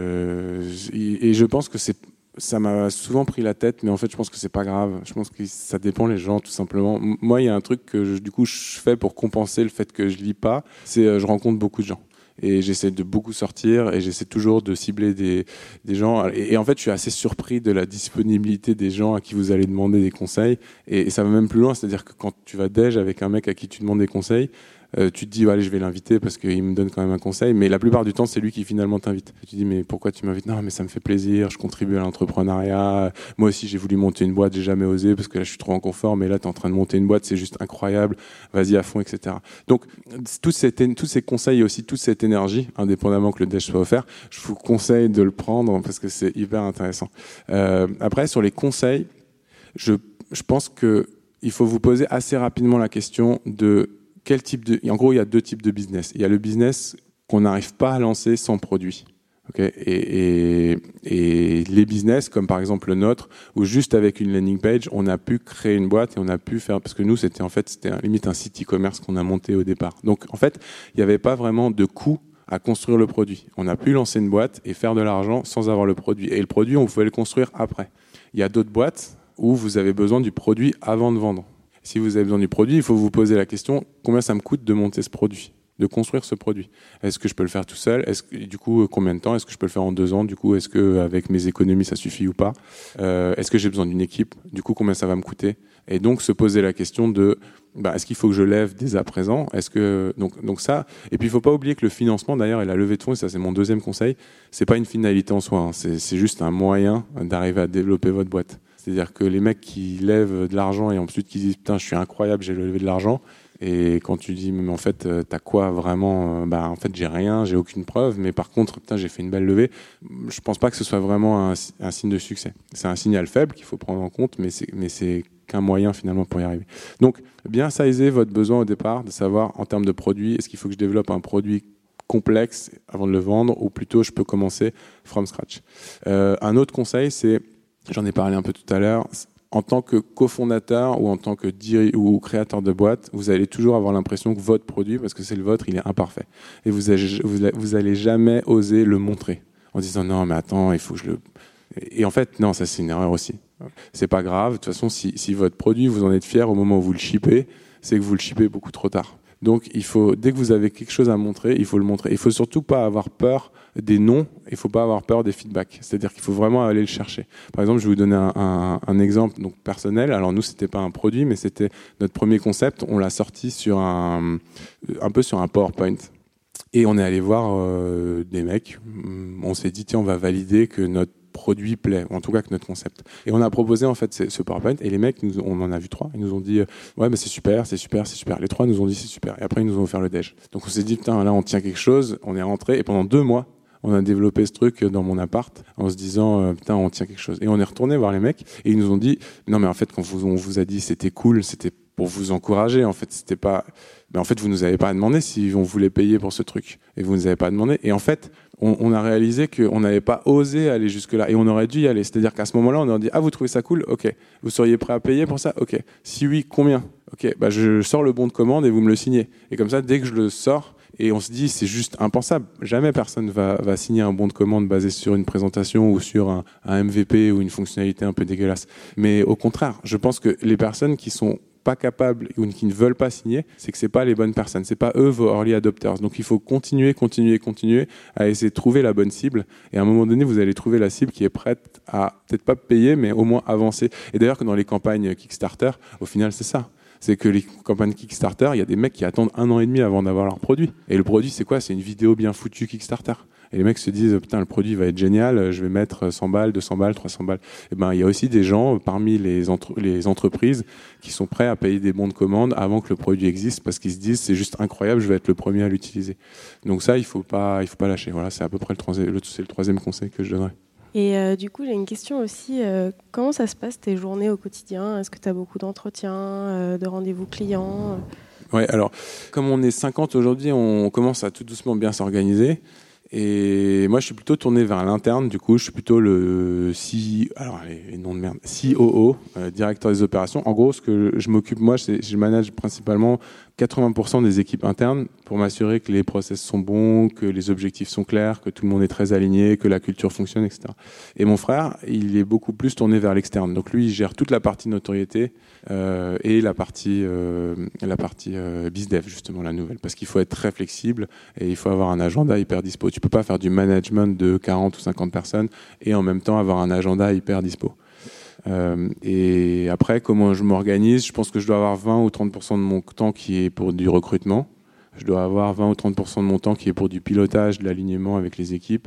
Je, et je pense que c'est ça m'a souvent pris la tête, mais en fait, je pense que c'est pas grave. Je pense que ça dépend les gens, tout simplement. Moi, il y a un truc que je, du coup, je fais pour compenser le fait que je lis pas, c'est euh, je rencontre beaucoup de gens. Et j'essaie de beaucoup sortir et j'essaie toujours de cibler des, des gens. Et, et en fait, je suis assez surpris de la disponibilité des gens à qui vous allez demander des conseils. Et, et ça va même plus loin, c'est-à-dire que quand tu vas déj avec un mec à qui tu demandes des conseils, Euh, tu te dis, ouais, allez, je vais l'inviter parce qu'il me donne quand même un conseil. Mais la plupart du temps, c'est lui qui finalement t'invite. Et tu te dis, mais pourquoi tu m'invites ? Non, mais ça me fait plaisir, je contribue à l'entrepreneuriat. Moi aussi, j'ai voulu monter une boîte, j'ai jamais osé parce que là, je suis trop en confort. Mais là, tu es en train de monter une boîte, c'est juste incroyable. Vas-y à fond, et cetera. Donc, tous ces, tous ces conseils et aussi toute cette énergie, indépendamment que le déj soit offert, je vous conseille de le prendre parce que c'est hyper intéressant. Euh, après, sur les conseils, je, je pense que il faut vous poser assez rapidement la question de quel type de... En gros, il y a deux types de business. Il y a le business qu'on n'arrive pas à lancer sans produit. Okay, et, et, et les business, comme par exemple le nôtre, où juste avec une landing page, on a pu créer une boîte et on a pu faire... Parce que nous, c'était en fait, c'était limite un site e-commerce qu'on a monté au départ. Donc, en fait, il n'y avait pas vraiment de coût à construire le produit. On a pu lancer une boîte et faire de l'argent sans avoir le produit. Et le produit, on pouvait le construire après. Il y a d'autres boîtes où vous avez besoin du produit avant de vendre. Si vous avez besoin du produit, il faut vous poser la question, combien ça me coûte de monter ce produit, de construire ce produit ? Est-ce que je peux le faire tout seul ? Est-ce que, du coup, combien de temps ? Est-ce que je peux le faire en deux ans ? Du coup, est-ce qu'avec mes économies, ça suffit ou pas ? euh, Est-ce que j'ai besoin d'une équipe ? Du coup, combien ça va me coûter ? Et donc, se poser la question de, bah, est-ce qu'il faut que je lève dès à présent ? Est-ce que donc, donc ça. Et puis, il ne faut pas oublier que le financement, d'ailleurs, et la levée de fonds, et ça, c'est mon deuxième conseil, c'est pas une finalité en soi. Hein, c'est, c'est juste un moyen d'arriver à développer votre boîte. C'est-à-dire que les mecs qui lèvent de l'argent et ensuite qui disent « Putain, je suis incroyable, j'ai levé de l'argent ». Et quand tu dis « Mais en fait, t'as quoi vraiment ?» Bah, en fait, j'ai rien, j'ai aucune preuve. Mais par contre, putain, j'ai fait une belle levée. Je pense pas que ce soit vraiment un, un signe de succès. C'est un signal faible qu'il faut prendre en compte, mais c'est, mais c'est qu'un moyen finalement pour y arriver. Donc, bien sizer votre besoin au départ, de savoir en termes de produit, est-ce qu'il faut que je développe un produit complexe avant de le vendre ou plutôt je peux commencer from scratch. Euh, un autre conseil, c'est j'en ai parlé un peu tout à l'heure. En tant que cofondateur ou en tant que diri- ou créateur de boîte, vous allez toujours avoir l'impression que votre produit, parce que c'est le vôtre, il est imparfait. Et vous allez, vous, vous allez jamais oser le montrer en disant non, mais attends, il faut que je le. Et en fait, non, ça c'est une erreur aussi. C'est pas grave. De toute façon, si, si votre produit, vous en êtes fier au moment où vous le shippez, c'est que vous le shippez beaucoup trop tard. Donc, il faut, dès que vous avez quelque chose à montrer, il faut le montrer. Il faut surtout pas avoir peur des noms, il faut pas avoir peur des feedbacks. C'est-à-dire qu'il faut vraiment aller le chercher. Par exemple, je vais vous donner un, un, un exemple donc personnel. Alors nous, c'était pas un produit, mais c'était notre premier concept. On l'a sorti sur un, un peu sur un PowerPoint. Et on est allé voir euh, des mecs. On s'est dit, tiens, on va valider que notre produit plaît, ou en tout cas que notre concept. Et on a proposé en fait ce PowerPoint, et les mecs, nous, on en a vu trois, ils nous ont dit euh, ouais mais c'est super, c'est super, c'est super. Les trois nous ont dit c'est super, et après ils nous ont offert le déj. Donc on s'est dit putain là on tient quelque chose, on est rentré, et pendant deux mois on a développé ce truc dans mon appart en se disant euh, putain on tient quelque chose. Et on est retourné voir les mecs, et ils nous ont dit non mais en fait quand vous, on vous a dit c'était cool, c'était pour vous encourager, en fait c'était pas, mais en fait vous nous avez pas demandé si on voulait payer pour ce truc, et vous nous avez pas demandé, et en fait On, on a réalisé qu'on n'avait pas osé aller jusque-là. Et on aurait dû y aller. C'est-à-dire qu'à ce moment-là, on aurait dit « Ah, vous trouvez ça cool ? Ok. Vous seriez prêt à payer pour ça ? Ok. Si oui, combien ? Ok. Bah, je sors le bon de commande et vous me le signez. » Et comme ça, dès que je le sors, et on se dit « C'est juste impensable. Jamais personne va, va signer un bon de commande basé sur une présentation ou sur un, un M V P ou une fonctionnalité un peu dégueulasse. » Mais au contraire, je pense que les personnes qui sont pas capables ou qui ne veulent pas signer, c'est que c'est pas les bonnes personnes, c'est pas eux vos early adopters. Donc il faut continuer, continuer, continuer à essayer de trouver la bonne cible, et à un moment donné vous allez trouver la cible qui est prête à peut-être pas payer mais au moins avancer. Et d'ailleurs que dans les campagnes Kickstarter, au final c'est ça. C'est que les campagnes Kickstarter, il y a des mecs qui attendent un an et demi avant d'avoir leur produit. Et le produit c'est quoi ? C'est une vidéo bien foutue Kickstarter. Et les mecs se disent putain le produit va être génial, je vais mettre cent balles, deux cents balles, trois cents balles. Et ben il y a aussi des gens parmi les, entre, les entreprises qui sont prêts à payer des bons de commande avant que le produit existe, parce qu'ils se disent c'est juste incroyable, je vais être le premier à l'utiliser. Donc ça il faut pas il faut pas lâcher. Voilà, c'est à peu près le troisième, c'est le troisième conseil que je donnerais. Et euh, du coup, j'ai une question aussi. Euh, comment ça se passe tes journées au quotidien ? Est-ce que tu as beaucoup d'entretiens, euh, de rendez-vous clients ? Ouais, alors comme on est cinquante aujourd'hui, on commence à tout doucement bien s'organiser. Et moi, je suis plutôt tourné vers l'interne. Du coup, je suis plutôt le C... Alors, les noms de merde. C O O, euh, directeur des opérations. En gros, ce que je m'occupe, moi, c'est, je manage principalement quatre-vingts pour cent des équipes internes pour m'assurer que les process sont bons, que les objectifs sont clairs, que tout le monde est très aligné, que la culture fonctionne, et cetera. Et mon frère, il est beaucoup plus tourné vers l'externe. Donc lui, il gère toute la partie notoriété euh, et la partie, euh, la partie euh, BizDev, justement, la nouvelle. Parce qu'il faut être très flexible et il faut avoir un agenda hyper dispo. Tu peux pas faire du management de quarante ou cinquante personnes et en même temps avoir un agenda hyper dispo. Euh, et après, comment je m'organise ? Je pense que je dois avoir vingt ou trente pour cent de mon temps qui est pour du recrutement. Je dois avoir vingt ou trente pour cent de mon temps qui est pour du pilotage, de l'alignement avec les équipes.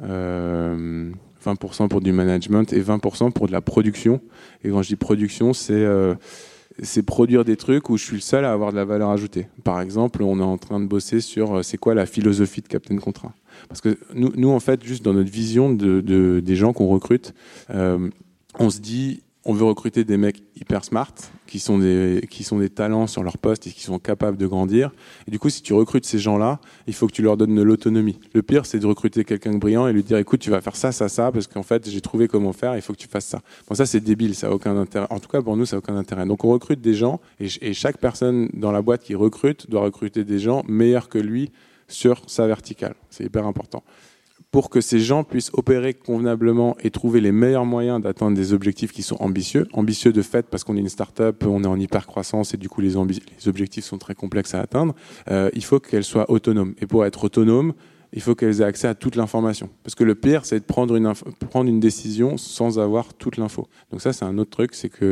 Euh, vingt pour cent pour du management et vingt pour cent pour de la production. Et quand je dis production, c'est, euh, c'est produire des trucs où je suis le seul à avoir de la valeur ajoutée. Par exemple, on est en train de bosser sur euh, c'est quoi la philosophie de Captain Contrat. Parce que nous, nous, en fait, juste dans notre vision de, de, des gens qu'on recrute, euh, on se dit, on veut recruter des mecs hyper smart, qui sont des, qui sont des talents sur leur poste et qui sont capables de grandir. Et du coup, si tu recrutes ces gens-là, il faut que tu leur donnes de l'autonomie. Le pire, c'est de recruter quelqu'un de brillant et lui dire, écoute, tu vas faire ça, ça, ça, parce qu'en fait, j'ai trouvé comment faire, il faut que tu fasses ça. Bon, ça, c'est débile, ça n'a aucun intérêt. En tout cas, pour nous, ça n'a aucun intérêt. Donc, on recrute des gens, et, et chaque personne dans la boîte qui recrute doit recruter des gens meilleurs que lui sur sa verticale. C'est hyper important. Pour que ces gens puissent opérer convenablement et trouver les meilleurs moyens d'atteindre des objectifs qui sont ambitieux. Ambitieux de fait parce qu'on est une start-up, on est en hyper-croissance et du coup les, ambi- les objectifs sont très complexes à atteindre. Euh, il faut qu'elles soient autonomes. Et pour être autonomes, il faut qu'elles aient accès à toute l'information. Parce que le pire, c'est de prendre une, inf- prendre une décision sans avoir toute l'info. Donc ça, c'est un autre truc, c'est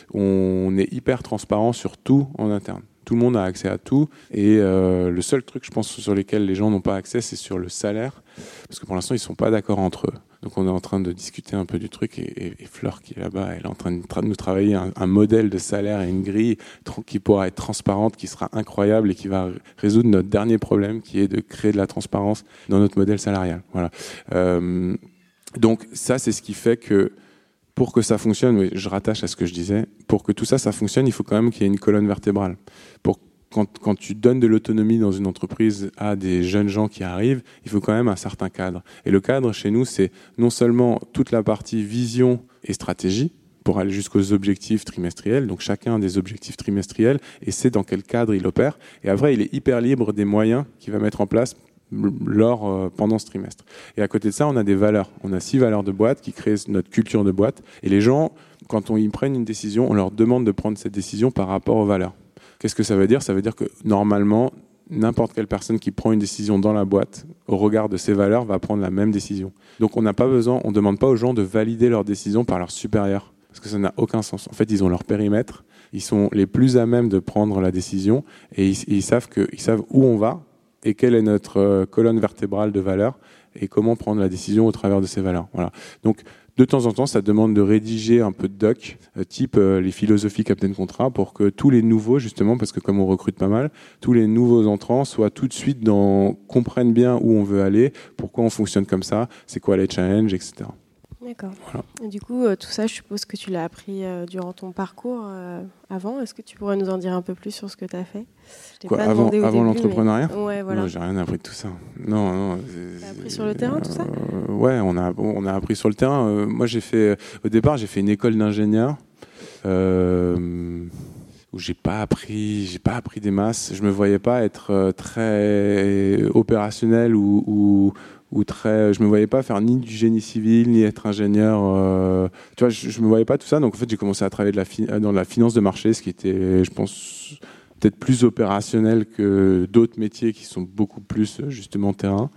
qu'on est hyper transparent sur tout en interne. Tout le monde a accès à tout. Et euh, le seul truc, je pense, sur lequel les gens n'ont pas accès, c'est sur le salaire. Parce que pour l'instant, ils ne sont pas d'accord entre eux. Donc on est en train de discuter un peu du truc. Et, et, et Fleur, qui est là-bas, elle est en train de tra- nous travailler un, un modèle de salaire et une grille tr- qui pourra être transparente, qui sera incroyable et qui va résoudre notre dernier problème, qui est de créer de la transparence dans notre modèle salarial. Voilà. Euh, donc ça, c'est ce qui fait que pour que ça fonctionne, oui, je rattache à ce que je disais, pour que tout ça, ça fonctionne, il faut quand même qu'il y ait une colonne vertébrale. Pour, quand, quand tu donnes de l'autonomie dans une entreprise à des jeunes gens qui arrivent, il faut quand même un certain cadre. Et le cadre, chez nous, c'est non seulement toute la partie vision et stratégie, pour aller jusqu'aux objectifs trimestriels, donc chacun des objectifs trimestriels, et c'est dans quel cadre il opère. Et après, il est hyper libre des moyens qu'il va mettre en place lors, euh, pendant ce trimestre. Et à côté de ça, on a des valeurs. On a six valeurs de boîte qui créent notre culture de boîte. Et les gens, quand on, ils prennent une décision, on leur demande de prendre cette décision par rapport aux valeurs. Qu'est-ce que ça veut dire ? Ça veut dire que normalement, n'importe quelle personne qui prend une décision dans la boîte, au regard de ses valeurs, va prendre la même décision. Donc on n'a pas besoin, on ne demande pas aux gens de valider leurs décisions par leurs supérieurs, parce que ça n'a aucun sens. En fait, ils ont leur périmètre, ils sont les plus à même de prendre la décision, et ils, ils, savent, que, ils savent où on va, et quelle est notre euh, colonne vertébrale de valeurs, et comment prendre la décision au travers de ces valeurs. Voilà. Donc, de temps en temps, ça demande de rédiger un peu de doc, euh, type euh, les philosophies Captain Contrat, pour que tous les nouveaux, justement, parce que comme on recrute pas mal, tous les nouveaux entrants soient tout de suite dans, comprennent bien où on veut aller, pourquoi on fonctionne comme ça, c'est quoi les challenges, et cetera. D'accord. Voilà. Et du coup, euh, tout ça, je suppose que tu l'as appris euh, durant ton parcours euh, avant. Est-ce que tu pourrais nous en dire un peu plus sur ce que tu as fait ? Je t'ai Quoi, pas avant demandé au avant début, l'entrepreneuriat ? mais... Ouais, voilà. Non, j'ai rien appris de tout ça. Non, non. T'as appris sur le terrain, tout ça ? euh, Ouais, on a, on a appris sur le terrain. Euh, moi, j'ai fait, au départ, j'ai fait une école d'ingénieur euh, où j'ai pas appris, j'ai pas appris des masses. Je me voyais pas être euh, très opérationnel ou, ou ou très, je me voyais pas faire ni du génie civil ni être ingénieur. Euh, tu vois, je, je me voyais pas tout ça. Donc en fait, j'ai commencé à travailler de la fi- dans la finance de marché, ce qui était, je pense, peut-être plus opérationnel que d'autres métiers qui sont beaucoup plus justement terrain.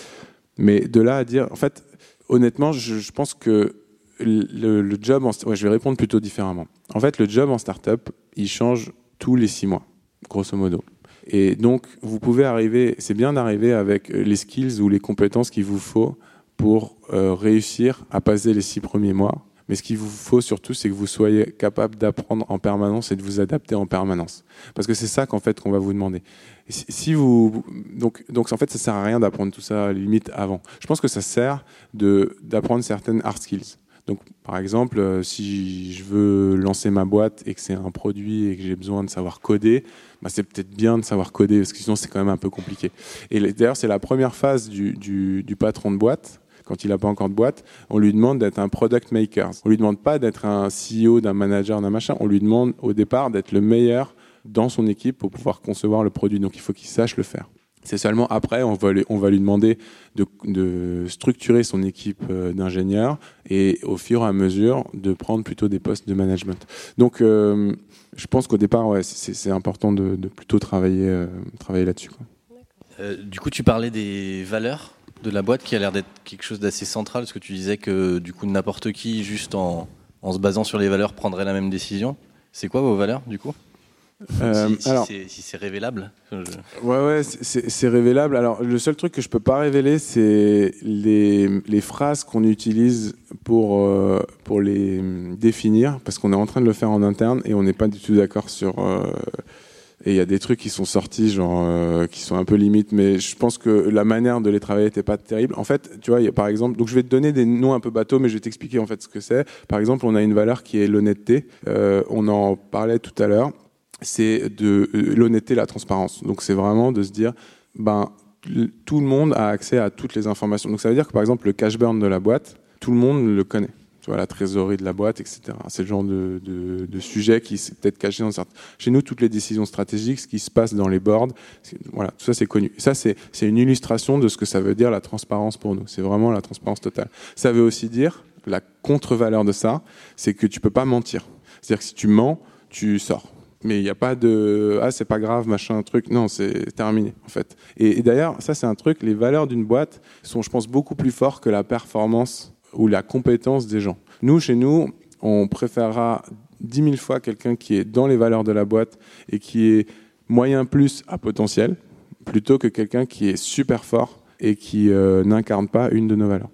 Mais de là à dire, en fait, honnêtement, je, je pense que le, le job, en, ouais, je vais répondre plutôt différemment. En fait, le job en start-up, il change tous les six mois, grosso modo. Et donc, vous pouvez arriver, c'est bien d'arriver avec les skills ou les compétences qu'il vous faut pour euh, réussir à passer les six premiers mois. Mais ce qu'il vous faut surtout, c'est que vous soyez capable d'apprendre en permanence et de vous adapter en permanence. Parce que c'est ça qu'en fait qu'on va vous demander. Et si, si vous, donc, donc en fait, ça sert à rien d'apprendre tout ça limite avant. Je pense que ça sert de, d'apprendre certaines hard skills. Donc, par exemple, euh, si je veux lancer ma boîte et que c'est un produit et que j'ai besoin de savoir coder, bah, c'est peut-être bien de savoir coder parce que sinon c'est quand même un peu compliqué. Et d'ailleurs, c'est la première phase du, du, du patron de boîte. Quand il n'a pas encore de boîte, on lui demande d'être un product maker. On lui demande pas d'être un C E O, d'un manager, d'un machin. On lui demande au départ d'être le meilleur dans son équipe pour pouvoir concevoir le produit. Donc, il faut qu'il sache le faire. C'est seulement après, on va lui, on va lui demander de, de structurer son équipe d'ingénieurs et au fur et à mesure de prendre plutôt des postes de management. Donc, euh, je pense qu'au départ, ouais, c'est, c'est important de, de plutôt travailler, euh, travailler là-dessus, quoi. Euh, du coup, tu parlais des valeurs de la boîte qui a l'air d'être quelque chose d'assez central, parce que tu disais que du coup, n'importe qui, juste en, en se basant sur les valeurs, prendrait la même décision. C'est quoi vos valeurs, du coup ? Euh, si, si, alors, c'est, si c'est révélable. Je... Ouais, ouais, c'est, c'est révélable. Alors, le seul truc que je peux pas révéler, c'est les, les phrases qu'on utilise pour, euh, pour les définir, parce qu'on est en train de le faire en interne et on n'est pas du tout d'accord sur. Euh, et il y a des trucs qui sont sortis, genre, euh, qui sont un peu limites, mais je pense que la manière de les travailler n'était pas terrible. En fait, tu vois, y a, par exemple, donc je vais te donner des noms un peu bateaux, mais je vais t'expliquer en fait ce que c'est. Par exemple, on a une valeur qui est l'honnêteté. Euh, on en parlait tout à l'heure. C'est de euh, l'honnêteté, la transparence. Donc c'est vraiment de se dire, ben l- tout le monde a accès à toutes les informations. Donc ça veut dire que par exemple le cash burn de la boîte, tout le monde le connaît. Tu vois, la trésorerie de la boîte, et cetera. C'est le genre de, de, de sujet qui s'est peut-être caché dans certains. Chez nous, toutes les décisions stratégiques, ce qui se passe dans les boards, voilà, tout ça c'est connu. Et ça c'est c'est une illustration de ce que ça veut dire la transparence pour nous. C'est vraiment la transparence totale. Ça veut aussi dire la contre-valeur de ça, c'est que tu peux pas mentir. C'est-à-dire que si tu mens, tu sors. Mais il n'y a pas de « ah, c'est pas grave, machin, truc ». Non, c'est terminé, en fait. Et, et d'ailleurs, ça, c'est un truc, les valeurs d'une boîte sont, je pense, beaucoup plus fortes que la performance ou la compétence des gens. Nous, chez nous, on préférera dix mille fois quelqu'un qui est dans les valeurs de la boîte et qui est moyen plus à potentiel, plutôt que quelqu'un qui est super fort et qui euh, n'incarne pas une de nos valeurs.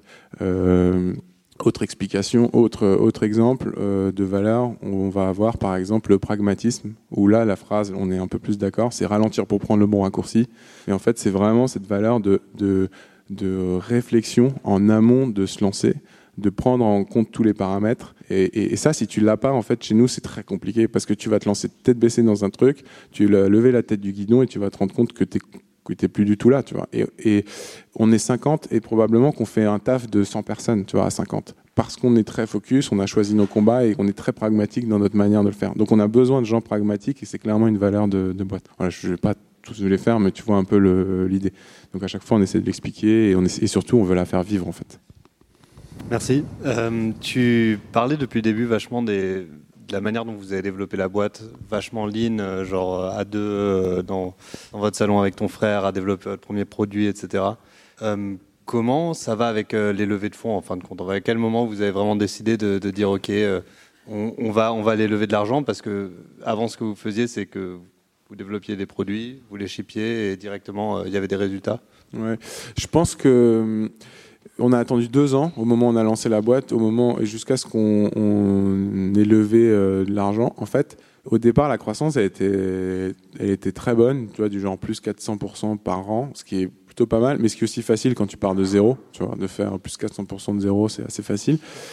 Euh, Autre explication, autre, autre exemple euh, de valeur, on va avoir par exemple le pragmatisme, où là la phrase, on est un peu plus d'accord, c'est ralentir pour prendre le bon raccourci. Et en fait, c'est vraiment cette valeur de, de, de réflexion en amont de se lancer, de prendre en compte tous les paramètres. Et, et, et ça, si tu l'as pas, en fait, chez nous, c'est très compliqué parce que tu vas te lancer tête baissée dans un truc, tu vas lever la tête du guidon et tu vas te rendre compte que tu es que t'es plus du tout là, tu vois. Et, et on est cinquante et probablement qu'on fait un taf de cent personnes, tu vois, à cinquante. Parce qu'on est très focus, on a choisi nos combats et qu'on est très pragmatique dans notre manière de le faire. Donc on a besoin de gens pragmatiques et c'est clairement une valeur de, de boîte. Voilà, je ne vais pas tous les faire, mais tu vois un peu le, l'idée. Donc à chaque fois, on essaie de l'expliquer et, on essaie, et surtout, on veut la faire vivre, en fait. Merci. Euh, tu parlais depuis le début vachement des, de la manière dont vous avez développé la boîte, vachement lean, euh, genre à deux euh, dans, dans votre salon avec ton frère, à développer votre premier produit, et cetera. Euh, comment ça va avec euh, les levées de fonds en fin de compte? À quel moment vous avez vraiment décidé de, de dire ok, euh, on, on, va, on va aller lever de l'argent? Parce que avant, ce que vous faisiez, c'est que vous développiez des produits, vous les shippiez et directement, il euh, y avait des résultats. Ouais. Je pense que on a attendu deux ans au moment où on a lancé la boîte, au moment jusqu'à ce qu'on on ait levé euh, de l'argent. En fait, au départ, la croissance elle était, elle était très bonne, tu vois, du genre plus quatre cents pour cent par an, ce qui est plutôt pas mal, mais ce qui est aussi facile quand tu pars de zéro, tu vois, de faire plus quatre cents pour cent de zéro, c'est assez facile.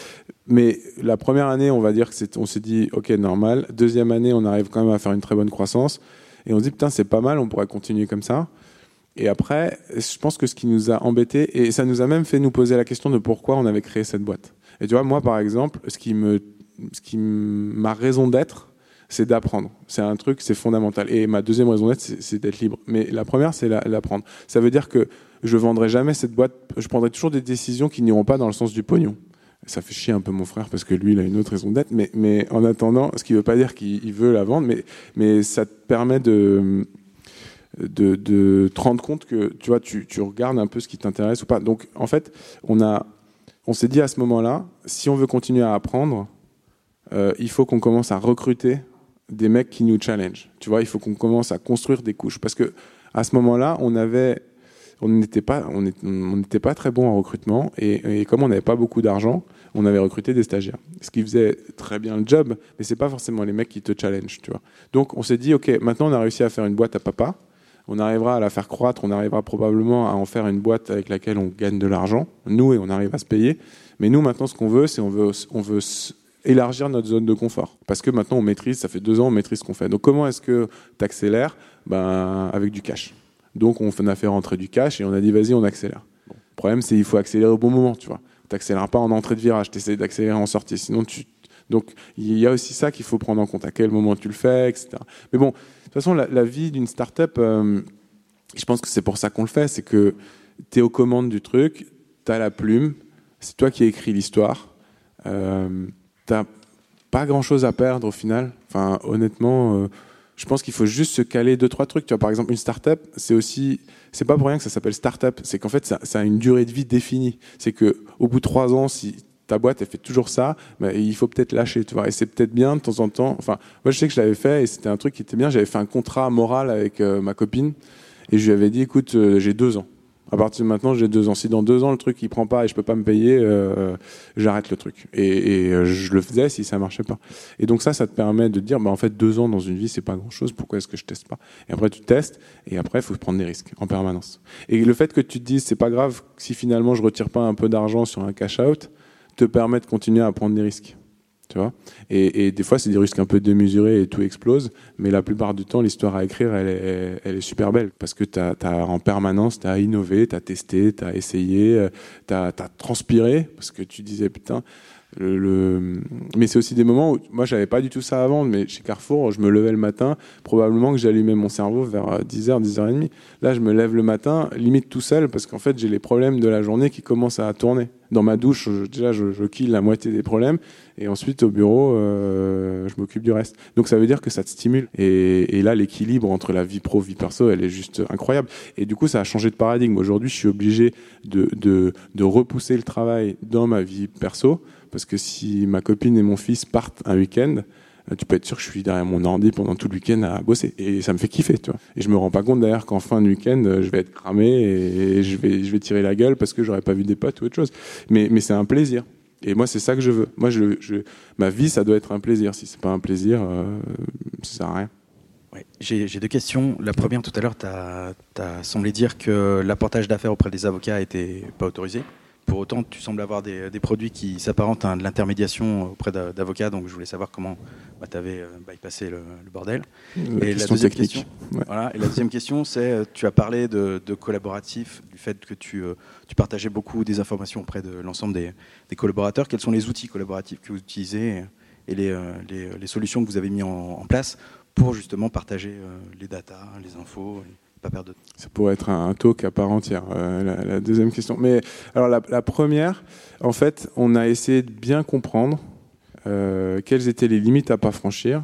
Mais la première année, on va dire que c'est, on s'est dit, ok, normal. Deuxième année, on arrive quand même à faire une très bonne croissance. Et on se dit, putain, c'est pas mal, on pourrait continuer comme ça. Et après, je pense que ce qui nous a embêtés, et ça nous a même fait nous poser la question de pourquoi on avait créé cette boîte. Et tu vois, moi, par exemple, ce qui me, ce qui ma raison d'être, c'est d'apprendre. C'est un truc, c'est fondamental. Et ma deuxième raison d'être, c'est, c'est d'être libre. Mais la première, c'est la, l'apprendre. Ça veut dire que je vendrai jamais cette boîte, je prendrai toujours des décisions qui n'iront pas dans le sens du pognon. Ça fait chier un peu mon frère parce que lui, il a une autre raison d'être. Mais, mais en attendant, ce qui ne veut pas dire qu'il veut la vendre, mais, mais ça te permet de, de, de te rendre compte que tu, vois, tu, tu regardes un peu ce qui t'intéresse ou pas. Donc, en fait, on, a, on s'est dit à ce moment-là, si on veut continuer à apprendre, euh, il faut qu'on commence à recruter des mecs qui nous challenge. Tu vois, il faut qu'on commence à construire des couches. Parce que à ce moment-là, on avait... on n'était pas, on n'était pas très bon en recrutement et, et comme on n'avait pas beaucoup d'argent, on avait recruté des stagiaires. Ce qui faisait très bien le job, mais c'est pas forcément les mecs qui te challenge, tu vois. Donc on s'est dit, ok, maintenant on a réussi à faire une boîte à papa, on arrivera à la faire croître, on arrivera probablement à en faire une boîte avec laquelle on gagne de l'argent, nous, et on arrive à se payer. Mais nous maintenant, ce qu'on veut, c'est on veut, on veut élargir notre zone de confort, parce que maintenant on maîtrise, ça fait deux ans on maîtrise ce qu'on fait. Donc comment est-ce que tu accélères? Ben, avec du cash. Donc, on a fait rentrer du cash et on a dit, vas-y, on accélère. Bon. Le problème, c'est qu'il faut accélérer au bon moment, tu vois. Tu n'accélères pas en entrée de virage, tu essaies d'accélérer en sortie. Sinon, tu... Donc, il y a aussi ça qu'il faut prendre en compte, à quel moment tu le fais, et cetera. Mais bon, de toute façon, la, la vie d'une start-up, euh, je pense que c'est pour ça qu'on le fait, c'est que tu es aux commandes du truc, tu as la plume, c'est toi qui as écrit l'histoire, euh, tu n'as pas grand-chose à perdre au final. Enfin, honnêtement... Euh, je pense qu'il faut juste se caler deux, trois trucs. Tu vois, par exemple, une start-up, c'est aussi, c'est pas pour rien que ça s'appelle start-up. C'est qu'en fait, ça, ça a une durée de vie définie. C'est que, au bout de trois ans, si ta boîte, elle fait toujours ça, ben, il faut peut-être lâcher, tu vois. Et c'est peut-être bien de temps en temps. Enfin, moi, je sais que je l'avais fait et c'était un truc qui était bien. J'avais fait un contrat moral avec euh, ma copine et je lui avais dit, écoute, euh, j'ai deux ans. À partir de maintenant, j'ai deux ans. Si dans deux ans, le truc, il prend pas et je peux pas me payer, euh, j'arrête le truc. Et, et je le faisais si ça marchait pas. Et donc ça, ça te permet de te dire, bah, en fait, deux ans dans une vie, c'est pas grand chose. Pourquoi est-ce que je teste pas? Et après, tu testes. Et après, il faut prendre des risques en permanence. Et le fait que tu te dises, c'est pas grave si finalement je retire pas un peu d'argent sur un cash out, te permet de continuer à prendre des risques. Tu vois, et, et des fois, c'est des risques un peu démesurés et tout explose. Mais la plupart du temps, l'histoire à écrire, elle est, elle est super belle. Parce que t'as, t'as, en permanence, tu as innové, tu as testé, tu as essayé, tu as transpiré. Parce que tu disais, putain... Le, le... Mais c'est aussi des moments où, moi, j'avais pas du tout ça avant. Mais chez Carrefour, je me levais le matin. Probablement que j'allumais mon cerveau vers dix heures, dix heures trente. Là, je me lève le matin, limite tout seul, parce qu'en fait, j'ai les problèmes de la journée qui commencent à tourner. Dans ma douche, je, déjà, je, je kill la moitié des problèmes. Et ensuite, au bureau, euh, je m'occupe du reste. Donc, ça veut dire que ça te stimule. Et, et là, l'équilibre entre la vie pro, vie perso, elle est juste incroyable. Et du coup, ça a changé de paradigme. Aujourd'hui, je suis obligé de, de, de repousser le travail dans ma vie perso. Parce que si ma copine et mon fils partent un week-end, tu peux être sûr que je suis derrière mon ordi pendant tout le week-end à bosser. Et ça me fait kiffer, tu vois. Et je me rends pas compte d'ailleurs qu'en fin de week-end, je vais être cramé et je vais, je vais tirer la gueule parce que j'aurais pas vu des potes ou autre chose. Mais, mais c'est un plaisir. Et moi, c'est ça que je veux. Moi, je, je, ma vie, ça doit être un plaisir. Si c'est pas un plaisir, euh, ça sert à rien. Ouais, j'ai, j'ai deux questions. La première, tout à l'heure, tu as semblé dire que l'apportage d'affaires auprès des avocats n'était pas autorisé. Pour autant, tu sembles avoir des, des produits qui s'apparentent à de l'intermédiation auprès d'avocats, donc je voulais savoir comment bah, tu avais bypassé le, le bordel. La et, question la deuxième technique. question, Ouais. voilà, et la deuxième question, c'est, tu as parlé de, de collaboratif, du fait que tu, euh, tu partageais beaucoup des informations auprès de l'ensemble des, des collaborateurs. Quels sont les outils collaboratifs que vous utilisez et les, euh, les, les solutions que vous avez mis en, en place pour justement partager euh, les datas, les infos les... Pas perdre de temps. Ça pourrait être un, un talk à part entière, euh, la, la deuxième question. Mais alors la, la première, en fait, on a essayé de bien comprendre euh, quelles étaient les limites à pas franchir.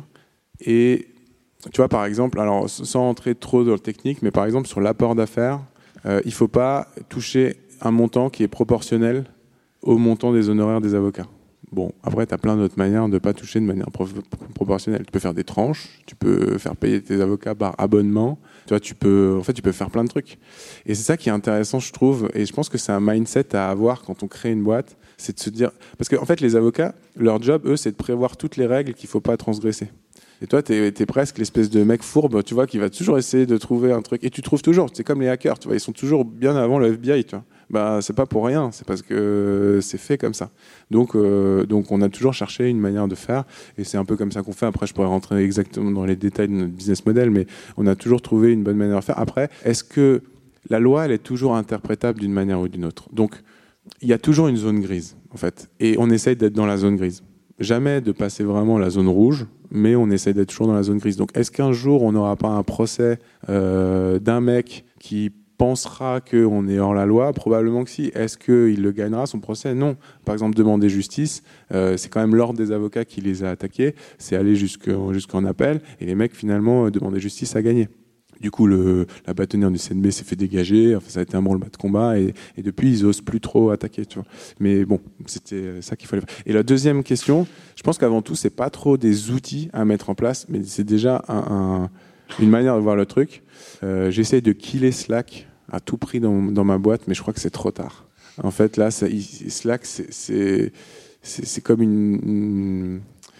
Et tu vois, par exemple, alors sans entrer trop dans le technique, mais par exemple sur l'apport d'affaires, euh, il faut pas toucher un montant qui est proportionnel au montant des honoraires des avocats. Bon, après, tu as plein d'autres manières de ne pas toucher de manière pro- proportionnelle. Tu peux faire des tranches, tu peux faire payer tes avocats par abonnement. Tu vois, tu peux, en fait, tu peux faire plein de trucs. Et c'est ça qui est intéressant, je trouve. Et je pense que c'est un mindset à avoir quand on crée une boîte. C'est de se dire... Parce qu'en fait, les avocats, leur job, eux, c'est de prévoir toutes les règles qu'il ne faut pas transgresser. Et toi, tu es presque l'espèce de mec fourbe, tu vois, qui va toujours essayer de trouver un truc. Et tu trouves toujours. C'est comme les hackers, tu vois, ils sont toujours bien avant le F B I, tu vois. Bah, c'est pas pour rien, c'est parce que c'est fait comme ça. Donc, euh, donc, on a toujours cherché une manière de faire, et c'est un peu comme ça qu'on fait. Après, je pourrais rentrer exactement dans les détails de notre business model, mais on a toujours trouvé une bonne manière de faire. Après, est-ce que la loi, elle est toujours interprétable d'une manière ou d'une autre? Donc, il y a toujours une zone grise, en fait, et on essaye d'être dans la zone grise. Jamais de passer vraiment la zone rouge, mais on essaye d'être toujours dans la zone grise. Donc, est-ce qu'un jour, on n'aura pas un procès euh, d'un mec qui pensera qu'on est hors la loi? Probablement que si. Est-ce qu'il le gagnera, son procès? Non. Par exemple, demander justice, euh, c'est quand même l'ordre des avocats qui les a attaqués, c'est aller jusqu'en, jusqu'en appel, et les mecs, finalement, euh, demander justice a gagné. Du coup, le, la bâtonnière du C N B s'est fait dégager, enfin, ça a été un branle-bas de combat, et, et depuis, ils osent plus trop attaquer, tu vois. Mais bon, c'était ça qu'il fallait faire. Et la deuxième question, je pense qu'avant tout, c'est pas trop des outils à mettre en place, mais c'est déjà un, un, une manière de voir le truc. Euh, j'essaie de killer Slack à tout prix dans, dans ma boîte, mais je crois que c'est trop tard. En fait, là, ça, Slack, c'est, c'est, c'est, c'est comme une, une,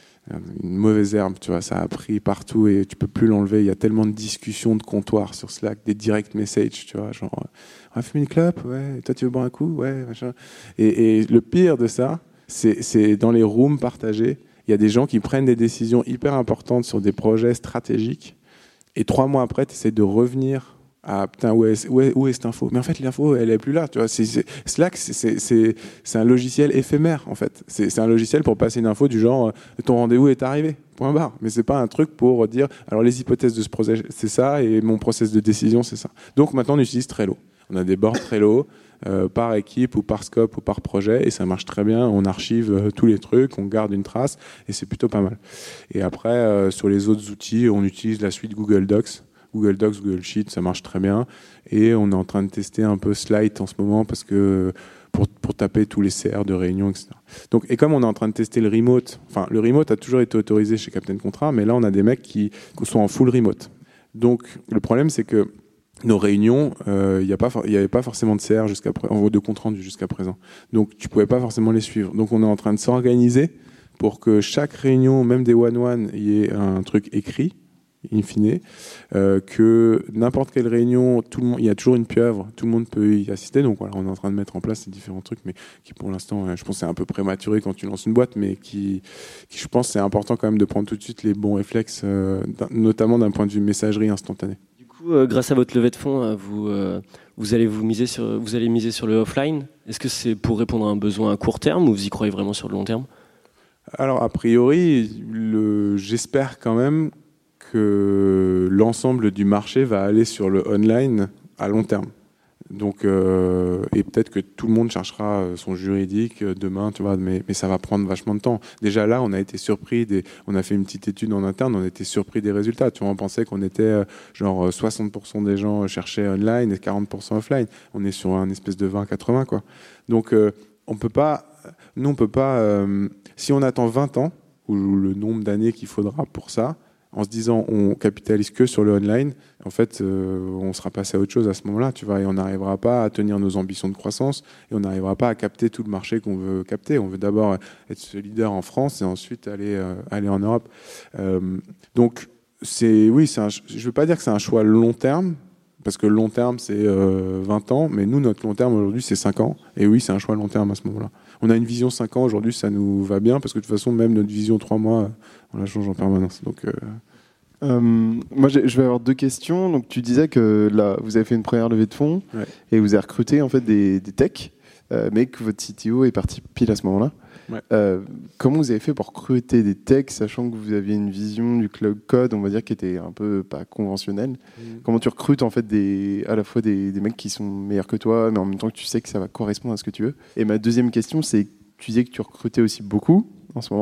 une mauvaise herbe, tu vois. Ça a pris partout et tu peux plus l'enlever. Il y a tellement de discussions de comptoir sur Slack, des direct messages, tu vois, genre on va fumer une clope, ouais. Et toi, tu veux boire un coup, ouais, machin. Et, et le pire de ça, c'est, c'est dans les rooms partagés. Il y a des gens qui prennent des décisions hyper importantes sur des projets stratégiques. Et trois mois après, tu essaies de revenir. Ah putain, où est, où, est, où est cette info? Mais en fait, l'info, elle est plus là. Tu vois, c'est, c'est, Slack, c'est, c'est, c'est, c'est un logiciel éphémère, en fait. C'est, c'est un logiciel pour passer une info du genre euh, ton rendez-vous est arrivé. Point barre. Mais c'est pas un truc pour dire alors les hypothèses de ce projet, c'est ça, et mon process de décision, c'est ça. Donc maintenant, on utilise Trello. On a des boards Trello euh, par équipe ou par scope ou par projet, et ça marche très bien. On archive euh, tous les trucs, on garde une trace, et c'est plutôt pas mal. Et après, euh, sur les autres outils, on utilise la suite Google Docs. Google Docs, Google Sheets, ça marche très bien. Et on est en train de tester un peu Slide en ce moment parce que pour, pour taper tous les C R de réunion, et cetera. Donc, et comme on est en train de tester le remote, enfin, le remote a toujours été autorisé chez Captain Contrat, mais là, on a des mecs qui sont en full remote. Donc, le problème, c'est que nos réunions, il euh, n'y avait pas forcément de C R jusqu'à présent, de compte rendu jusqu'à présent. Donc, tu pouvais pas forcément les suivre. Donc, on est en train de s'organiser pour que chaque réunion, même des one-one, y ait un truc écrit, in fine, euh, que n'importe quelle réunion, tout le monde, il y a toujours une pieuvre, tout le monde peut y assister. Donc voilà, on est en train de mettre en place ces différents trucs, mais qui pour l'instant, je pense, c'est un peu prématuré quand tu lances une boîte, mais qui, qui je pense, c'est important quand même de prendre tout de suite les bons réflexes, euh, notamment d'un point de vue messagerie instantanée. Du coup, euh, grâce à votre levée de fonds, vous, euh, vous allez vous miser sur, vous allez miser sur le offline. Est-ce que c'est pour répondre à un besoin à court terme ou vous y croyez vraiment sur le long terme? Alors a priori, le, j'espère quand même que l'ensemble du marché va aller sur le online à long terme. Donc, euh, et peut-être que tout le monde cherchera son juridique demain, tu vois, mais, mais ça va prendre vachement de temps. Déjà là, on a été surpris, des, on a fait une petite étude en interne, on a été surpris des résultats. Tu vois, on pensait qu'on était genre soixante pour cent des gens cherchaient online et quarante pour cent offline. On est sur un espèce de vingt quatre-vingts, quoi. Donc, euh, on peut pas, nous, on peut pas, euh, si on attend vingt ans, ou le nombre d'années qu'il faudra pour ça, en se disant on capitalise que sur le online, en fait, euh, on sera passé à autre chose à ce moment-là, tu vois, et on n'arrivera pas à tenir nos ambitions de croissance, et on n'arrivera pas à capter tout le marché qu'on veut capter. On veut d'abord être ce leader en France et ensuite aller euh, aller en Europe. Euh, donc, c'est oui, c'est un, je veux pas dire que c'est un choix long terme, parce que long terme c'est euh, vingt ans, mais nous notre long terme aujourd'hui c'est cinq ans, et oui, c'est un choix long terme à ce moment-là. On a une vision cinq ans aujourd'hui, ça nous va bien, parce que de toute façon, même notre vision trois mois, on la change en permanence. Donc, euh... Euh, moi, je vais avoir deux questions. Donc, tu disais que là, vous avez fait une première levée de fonds, ouais, et vous avez recruté en fait des, des techs, euh, mais que votre C T O est parti pile à ce moment-là. Ouais. Euh, comment vous avez fait pour recruter des techs, sachant que vous aviez une vision du cloud code, on va dire, qui était un peu pas conventionnelle. Mmh. Comment tu recrutes en fait des, à la fois des, des mecs qui sont meilleurs que toi, mais en même temps que tu sais que ça va correspondre à ce que tu veux. Et ma deuxième question, c'est, tu disais que tu recrutais aussi beaucoup en ce moment.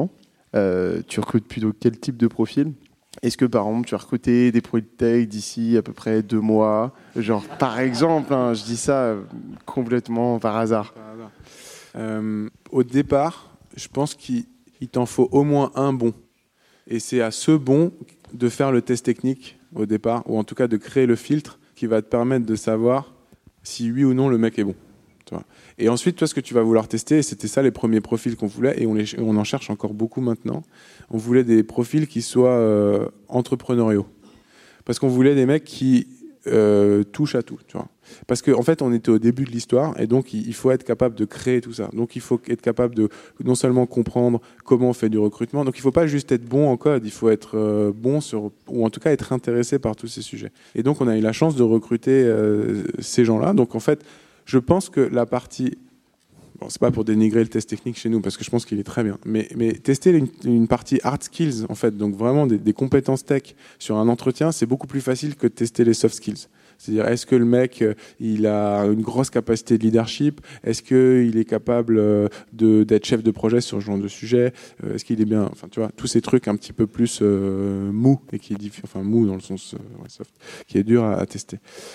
Euh, tu recrutes plutôt quel type de profil ? Est-ce que par exemple tu as recruté des produits tech d'ici à peu près deux mois ? Genre par exemple, hein, je dis ça complètement par hasard. Par hasard. Euh, au départ, je pense qu'il il t'en faut au moins un bon. Et c'est à ce bon de faire le test technique au départ, ou en tout cas de créer le filtre qui va te permettre de savoir si oui ou non le mec est bon. Tu vois. Et ensuite, toi, ce que tu vas vouloir tester, et c'était ça les premiers profils qu'on voulait, et on, les, on en cherche encore beaucoup maintenant, on voulait des profils qui soient euh, entrepreneuriaux. Parce qu'on voulait des mecs qui euh, touchent à tout. Tu vois. Parce qu'en en fait, on était au début de l'histoire, et donc il faut être capable de créer tout ça. Donc il faut être capable de non seulement comprendre comment on fait du recrutement, donc il ne faut pas juste être bon en code, il faut être euh, bon sur, ou en tout cas être intéressé par tous ces sujets. Et donc on a eu la chance de recruter euh, ces gens-là. Donc en fait, je pense que la partie... Bon, c'est pas pour dénigrer le test technique chez nous, parce que je pense qu'il est très bien, mais, mais tester une, une partie hard skills, en fait, donc vraiment des, des compétences tech sur un entretien, c'est beaucoup plus facile que de tester les soft skills. C'est-à-dire, est-ce que le mec, il a une grosse capacité de leadership ? Est-ce qu'il est capable de, d'être chef de projet sur ce genre de sujet ? Est-ce qu'il est bien... Enfin, tu vois, tous ces trucs un petit peu plus euh, mou, et qui est diffi- enfin mou dans le sens euh, ouais, soft, qui est dur à, à tester.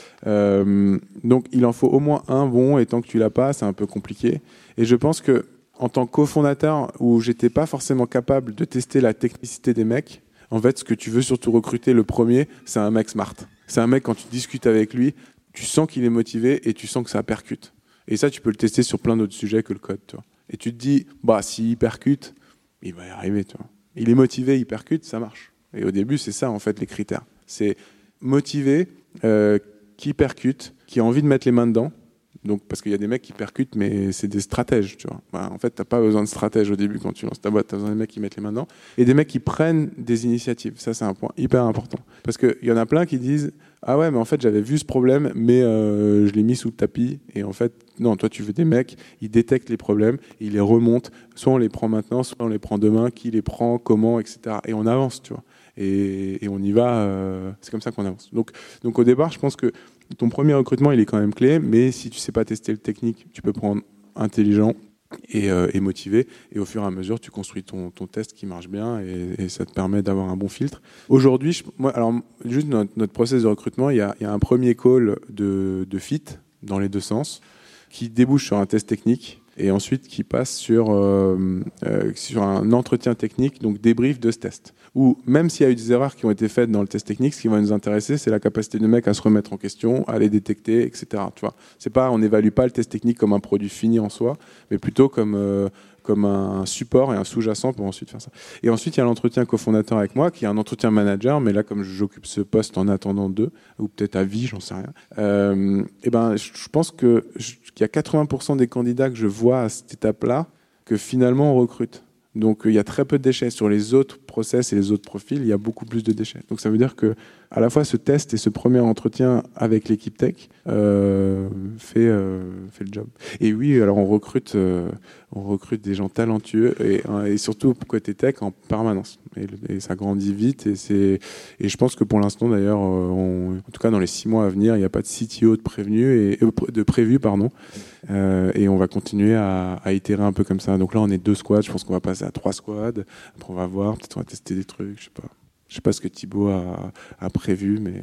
Euh, donc, il en faut au moins un bon, et tant que tu l'as pas, c'est un peu compliqué. Et je pense que, en tant que cofondateur, où j'étais pas forcément capable de tester la technicité des mecs, en fait, ce que tu veux surtout recruter, le premier, c'est un mec smart. C'est un mec, quand tu discutes avec lui, tu sens qu'il est motivé et tu sens que ça percute. Et ça, tu peux le tester sur plein d'autres sujets que le code. Tu vois. Et tu te dis, bah, s'il percute, il va y arriver. Tu vois. Il est motivé, il percute, ça marche. Et au début, c'est ça, en fait, les critères. C'est motivé, euh, qui percute, qui a envie de mettre les mains dedans. Donc, parce qu'il y a des mecs qui percutent, mais c'est des stratèges, tu vois. Bah, en fait, t'as pas besoin de stratège au début quand tu lances ta boîte. T'as besoin des mecs qui mettent les mains dedans. Et des mecs qui prennent des initiatives. Ça, c'est un point hyper important. Parce qu'il y en a plein qui disent « Ah ouais, mais en fait, j'avais vu ce problème, mais euh, je l'ai mis sous le tapis. » Et en fait, non, toi, tu veux des mecs, ils détectent les problèmes, ils les remontent. Soit on les prend maintenant, soit on les prend demain. Qui les prend, comment, et cetera. Et on avance, tu vois. Et, et on y va. Euh, c'est comme ça qu'on avance. Donc, donc, au départ, je pense que ton premier recrutement, il est quand même clé, mais si tu sais pas tester le technique, tu peux prendre intelligent et, euh, et motivé, et au fur et à mesure, tu construis ton, ton test qui marche bien, et, et ça te permet d'avoir un bon filtre. Aujourd'hui, je, moi, alors, juste notre, notre process de recrutement, il y a, il y a un premier call de, de fit dans les deux sens, qui débouche sur un test technique, et ensuite qui passe sur, euh, euh, sur un entretien technique, donc débrief de ce test. Où même s'il y a eu des erreurs qui ont été faites dans le test technique, ce qui va nous intéresser, c'est la capacité du mec à se remettre en question, à les détecter, et cetera. Tu vois, c'est pas, on n'évalue pas le test technique comme un produit fini en soi, mais plutôt comme euh, comme un support et un sous-jacent pour ensuite faire ça. Et ensuite, il y a l'entretien cofondateur avec moi, qui est un entretien manager, mais là, comme j'occupe ce poste en attendant deux, ou peut-être à vie, j'en sais rien, euh, et ben, je pense que je, qu'il y a quatre-vingts pour cent des candidats que je vois à cette étape-là que finalement on recrute. Donc il y a très peu de déchets. Sur les autres process et les autres profils, il y a beaucoup plus de déchets. Donc ça veut dire que à la fois ce test et ce premier entretien avec l'équipe tech euh, fait, euh, fait le job. Et oui, alors on recrute, euh, on recrute des gens talentueux et, et surtout côté tech en permanence. Et, et ça grandit vite. Et, c'est, et je pense que pour l'instant d'ailleurs, on, en tout cas dans les six mois à venir, il n'y a pas de C T O de prévenu et de prévu, pardon. Euh, et on va continuer à, à itérer un peu comme ça. Donc là, on est deux squads. Je pense qu'on va passer à trois squads. Après, on va voir. Peut-être on va tester des trucs. Je sais pas. Je sais pas ce que Thibaut a, a prévu, mais.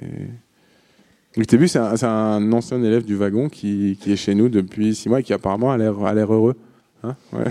Le Thibaut, c'est un, c'est un ancien élève du wagon qui, qui est chez nous depuis six mois et qui apparemment a l'air, a l'air heureux. Hein ouais.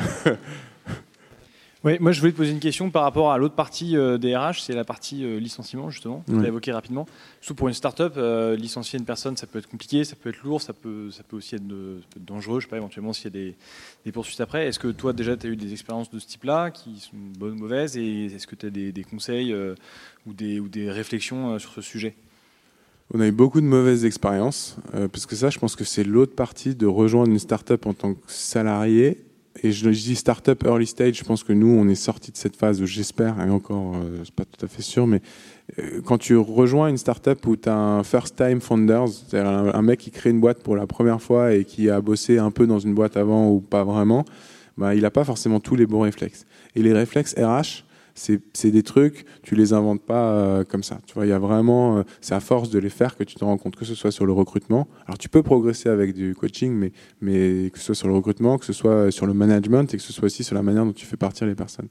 Oui, moi je voulais te poser une question par rapport à l'autre partie euh, des R H, c'est la partie euh, licenciement justement. Tu l'as évoqué rapidement. Surtout pour une start-up, euh, licencier une personne, ça peut être compliqué, ça peut être lourd, ça peut, ça peut aussi être, de, ça peut être dangereux. Je sais pas, éventuellement s'il y a des, des poursuites après. Est-ce que toi déjà tu as eu des expériences de ce type-là qui sont bonnes ou mauvaises, et est-ce que tu as des, des conseils euh, ou, des, ou des réflexions euh, sur ce sujet ? On a eu beaucoup de mauvaises expériences, euh, parce que ça, je pense que c'est l'autre partie de rejoindre une start-up en tant que salarié. Et je, je dis start-up early stage, je pense que nous, on est sorti de cette phase où j'espère, et encore, euh, c'est pas tout à fait sûr, mais euh, quand tu rejoins une start-up où tu as un first-time founders, c'est-à-dire un, un mec qui crée une boîte pour la première fois et qui a bossé un peu dans une boîte avant ou pas vraiment, bah, il n'a pas forcément tous les bons réflexes. Et les réflexes R H, c'est, c'est des trucs, tu les inventes pas euh, comme ça. Tu vois, il y a vraiment, euh, c'est à force de les faire que tu te rends compte, que ce soit sur le recrutement. Alors tu peux progresser avec du coaching, mais, mais que ce soit sur le recrutement, que ce soit sur le management et que ce soit aussi sur la manière dont tu fais partir les personnes.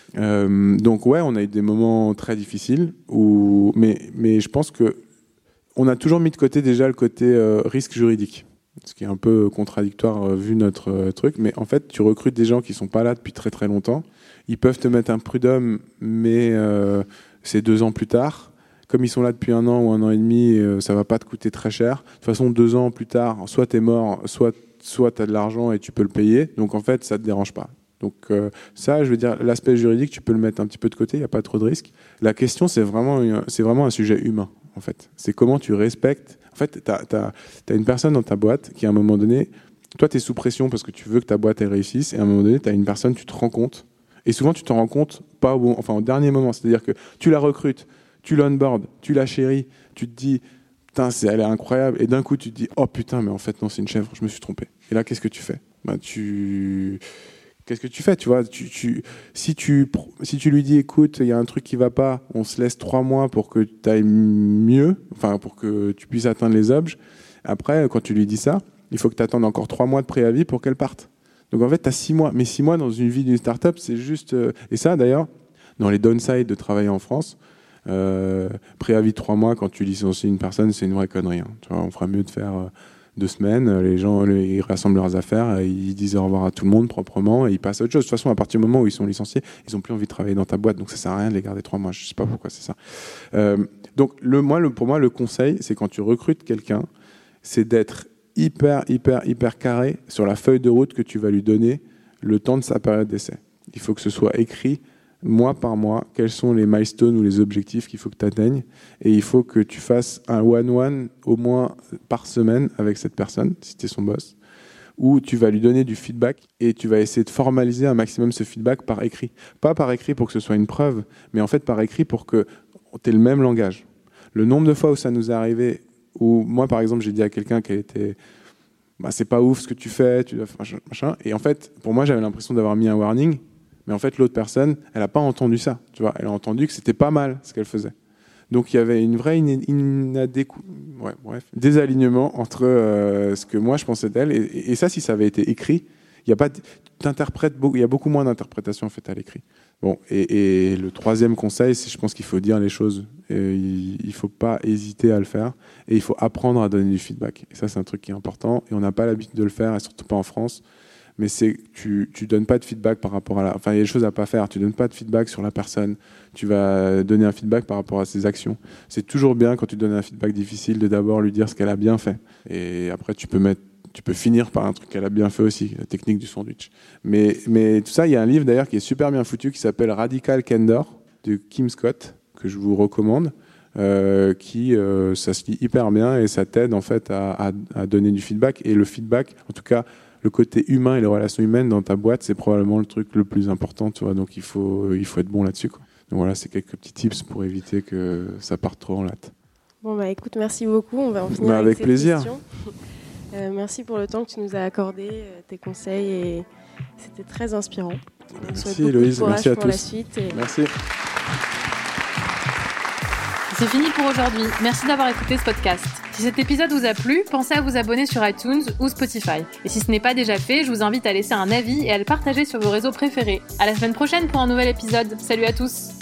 Euh, donc ouais, on a eu des moments très difficiles, où, mais, mais je pense que on a toujours mis de côté déjà le côté euh, risque juridique. Ce qui est un peu contradictoire euh, vu notre euh, truc, mais en fait, tu recrutes des gens qui sont pas là depuis très très longtemps. Ils peuvent te mettre un prud'homme, mais euh, c'est deux ans plus tard. Comme ils sont là depuis un an ou un an et demi, euh, ça va pas te coûter très cher. De toute façon, deux ans plus tard, soit t'es mort, soit soit t'as de l'argent et tu peux le payer. Donc en fait, ça te dérange pas. Donc euh, ça, je veux dire, l'aspect juridique, tu peux le mettre un petit peu de côté. Il y a pas trop de risques. La question, c'est vraiment, c'est vraiment un sujet humain. En fait, c'est comment tu respectes. En fait, tu as une personne dans ta boîte qui, à un moment donné, toi, tu es sous pression parce que tu veux que ta boîte elle réussisse, et à un moment donné, tu as une personne, tu te rends compte, et souvent, tu t'en rends compte pas au, bon, enfin, au dernier moment. C'est-à-dire que tu la recrutes, tu l'onboard, tu la chéris, tu te dis, putain, elle est incroyable, et d'un coup, tu te dis, oh putain, mais en fait, non, c'est une chèvre, je me suis trompé. Et là, qu'est-ce que tu fais ? Bah, tu... Qu'est-ce que tu fais, tu vois, tu, tu, si, tu, si tu lui dis, écoute, il y a un truc qui va pas, on se laisse trois mois pour que tu ailles mieux, enfin, pour que tu puisses atteindre les objets. Après, quand tu lui dis ça, il faut que tu attendes encore trois mois de préavis pour qu'elle parte. Donc, en fait, tu as six mois. Mais six mois dans une vie d'une start-up, c'est juste... Euh, et ça, d'ailleurs, dans les downsides de travailler en France, euh, préavis de trois mois quand tu licencies une personne, c'est une vraie connerie. Hein. Tu vois, on fera mieux de faire... Euh, deux semaines, les gens les, ils rassemblent leurs affaires, ils disent au revoir à tout le monde proprement et ils passent à autre chose. De toute façon, à partir du moment où ils sont licenciés, ils n'ont plus envie de travailler dans ta boîte, donc ça sert à rien de les garder trois mois. Je sais pas pourquoi c'est ça. Euh, donc le, moi, le, pour moi, le conseil, c'est quand tu recrutes quelqu'un, c'est d'être hyper, hyper, hyper carré sur la feuille de route que tu vas lui donner le temps de sa période d'essai. Il faut que ce soit écrit mois par mois, quels sont les milestones ou les objectifs qu'il faut que tu atteignes, et il faut que tu fasses un one-one au moins par semaine avec cette personne, si tu es son boss, où tu vas lui donner du feedback et tu vas essayer de formaliser un maximum ce feedback par écrit. Pas par écrit pour que ce soit une preuve, mais en fait par écrit pour que tu aies le même langage. Le nombre de fois où ça nous est arrivé, où moi par exemple j'ai dit à quelqu'un qui était bah, c'est pas ouf ce que tu fais, tu dois faire machin, et en fait pour moi j'avais l'impression d'avoir mis un warning. Mais en fait, l'autre personne, elle n'a pas entendu ça. Tu vois, elle a entendu que c'était pas mal ce qu'elle faisait. Donc, il y avait une vraie inadéquation, ouais, bref, désalignement entre euh, ce que moi je pensais d'elle. Et, et ça, si ça avait été écrit, il y a pas t'interprètes, il y a beaucoup moins d'interprétation en fait à l'écrit. Bon, et, et le troisième conseil, c'est je pense qu'il faut dire les choses. Et il ne faut pas hésiter à le faire. Et il faut apprendre à donner du feedback. Et ça, c'est un truc qui est important. Et on n'a pas l'habitude de le faire, et surtout pas en France. Mais c'est tu tu donnes pas de feedback par rapport à la... Enfin, il y a des choses à pas faire. Tu donnes pas de feedback sur la personne. Tu vas donner un feedback par rapport à ses actions. C'est toujours bien, quand tu donnes un feedback difficile, de d'abord lui dire ce qu'elle a bien fait. Et après, tu peux mettre... Tu peux finir par un truc qu'elle a bien fait aussi, la technique du sandwich. Mais, mais tout ça, il y a un livre d'ailleurs qui est super bien foutu, qui s'appelle Radical Candor, de Kim Scott, que je vous recommande, euh, qui, euh, ça se lit hyper bien et ça t'aide en fait à, à, à donner du feedback. Et le feedback, en tout cas, le côté humain et les relations humaines dans ta boîte, c'est probablement le truc le plus important, tu vois. Donc il faut, il faut être bon là-dessus, quoi. Donc voilà, c'est quelques petits tips pour éviter que ça parte trop en latte. Bon bah écoute, merci beaucoup. On va en finir bah, avec, avec cette plaisir. question. Euh, merci pour le temps que tu nous as accordé, euh, tes conseils, et c'était très inspirant. Merci Héloïse, merci à pour tous. La suite et... Merci. C'est fini pour aujourd'hui. Merci d'avoir écouté ce podcast. Si cet épisode vous a plu, pensez à vous abonner sur iTunes ou Spotify. Et si ce n'est pas déjà fait, je vous invite à laisser un avis et à le partager sur vos réseaux préférés. À la semaine prochaine pour un nouvel épisode. Salut à tous.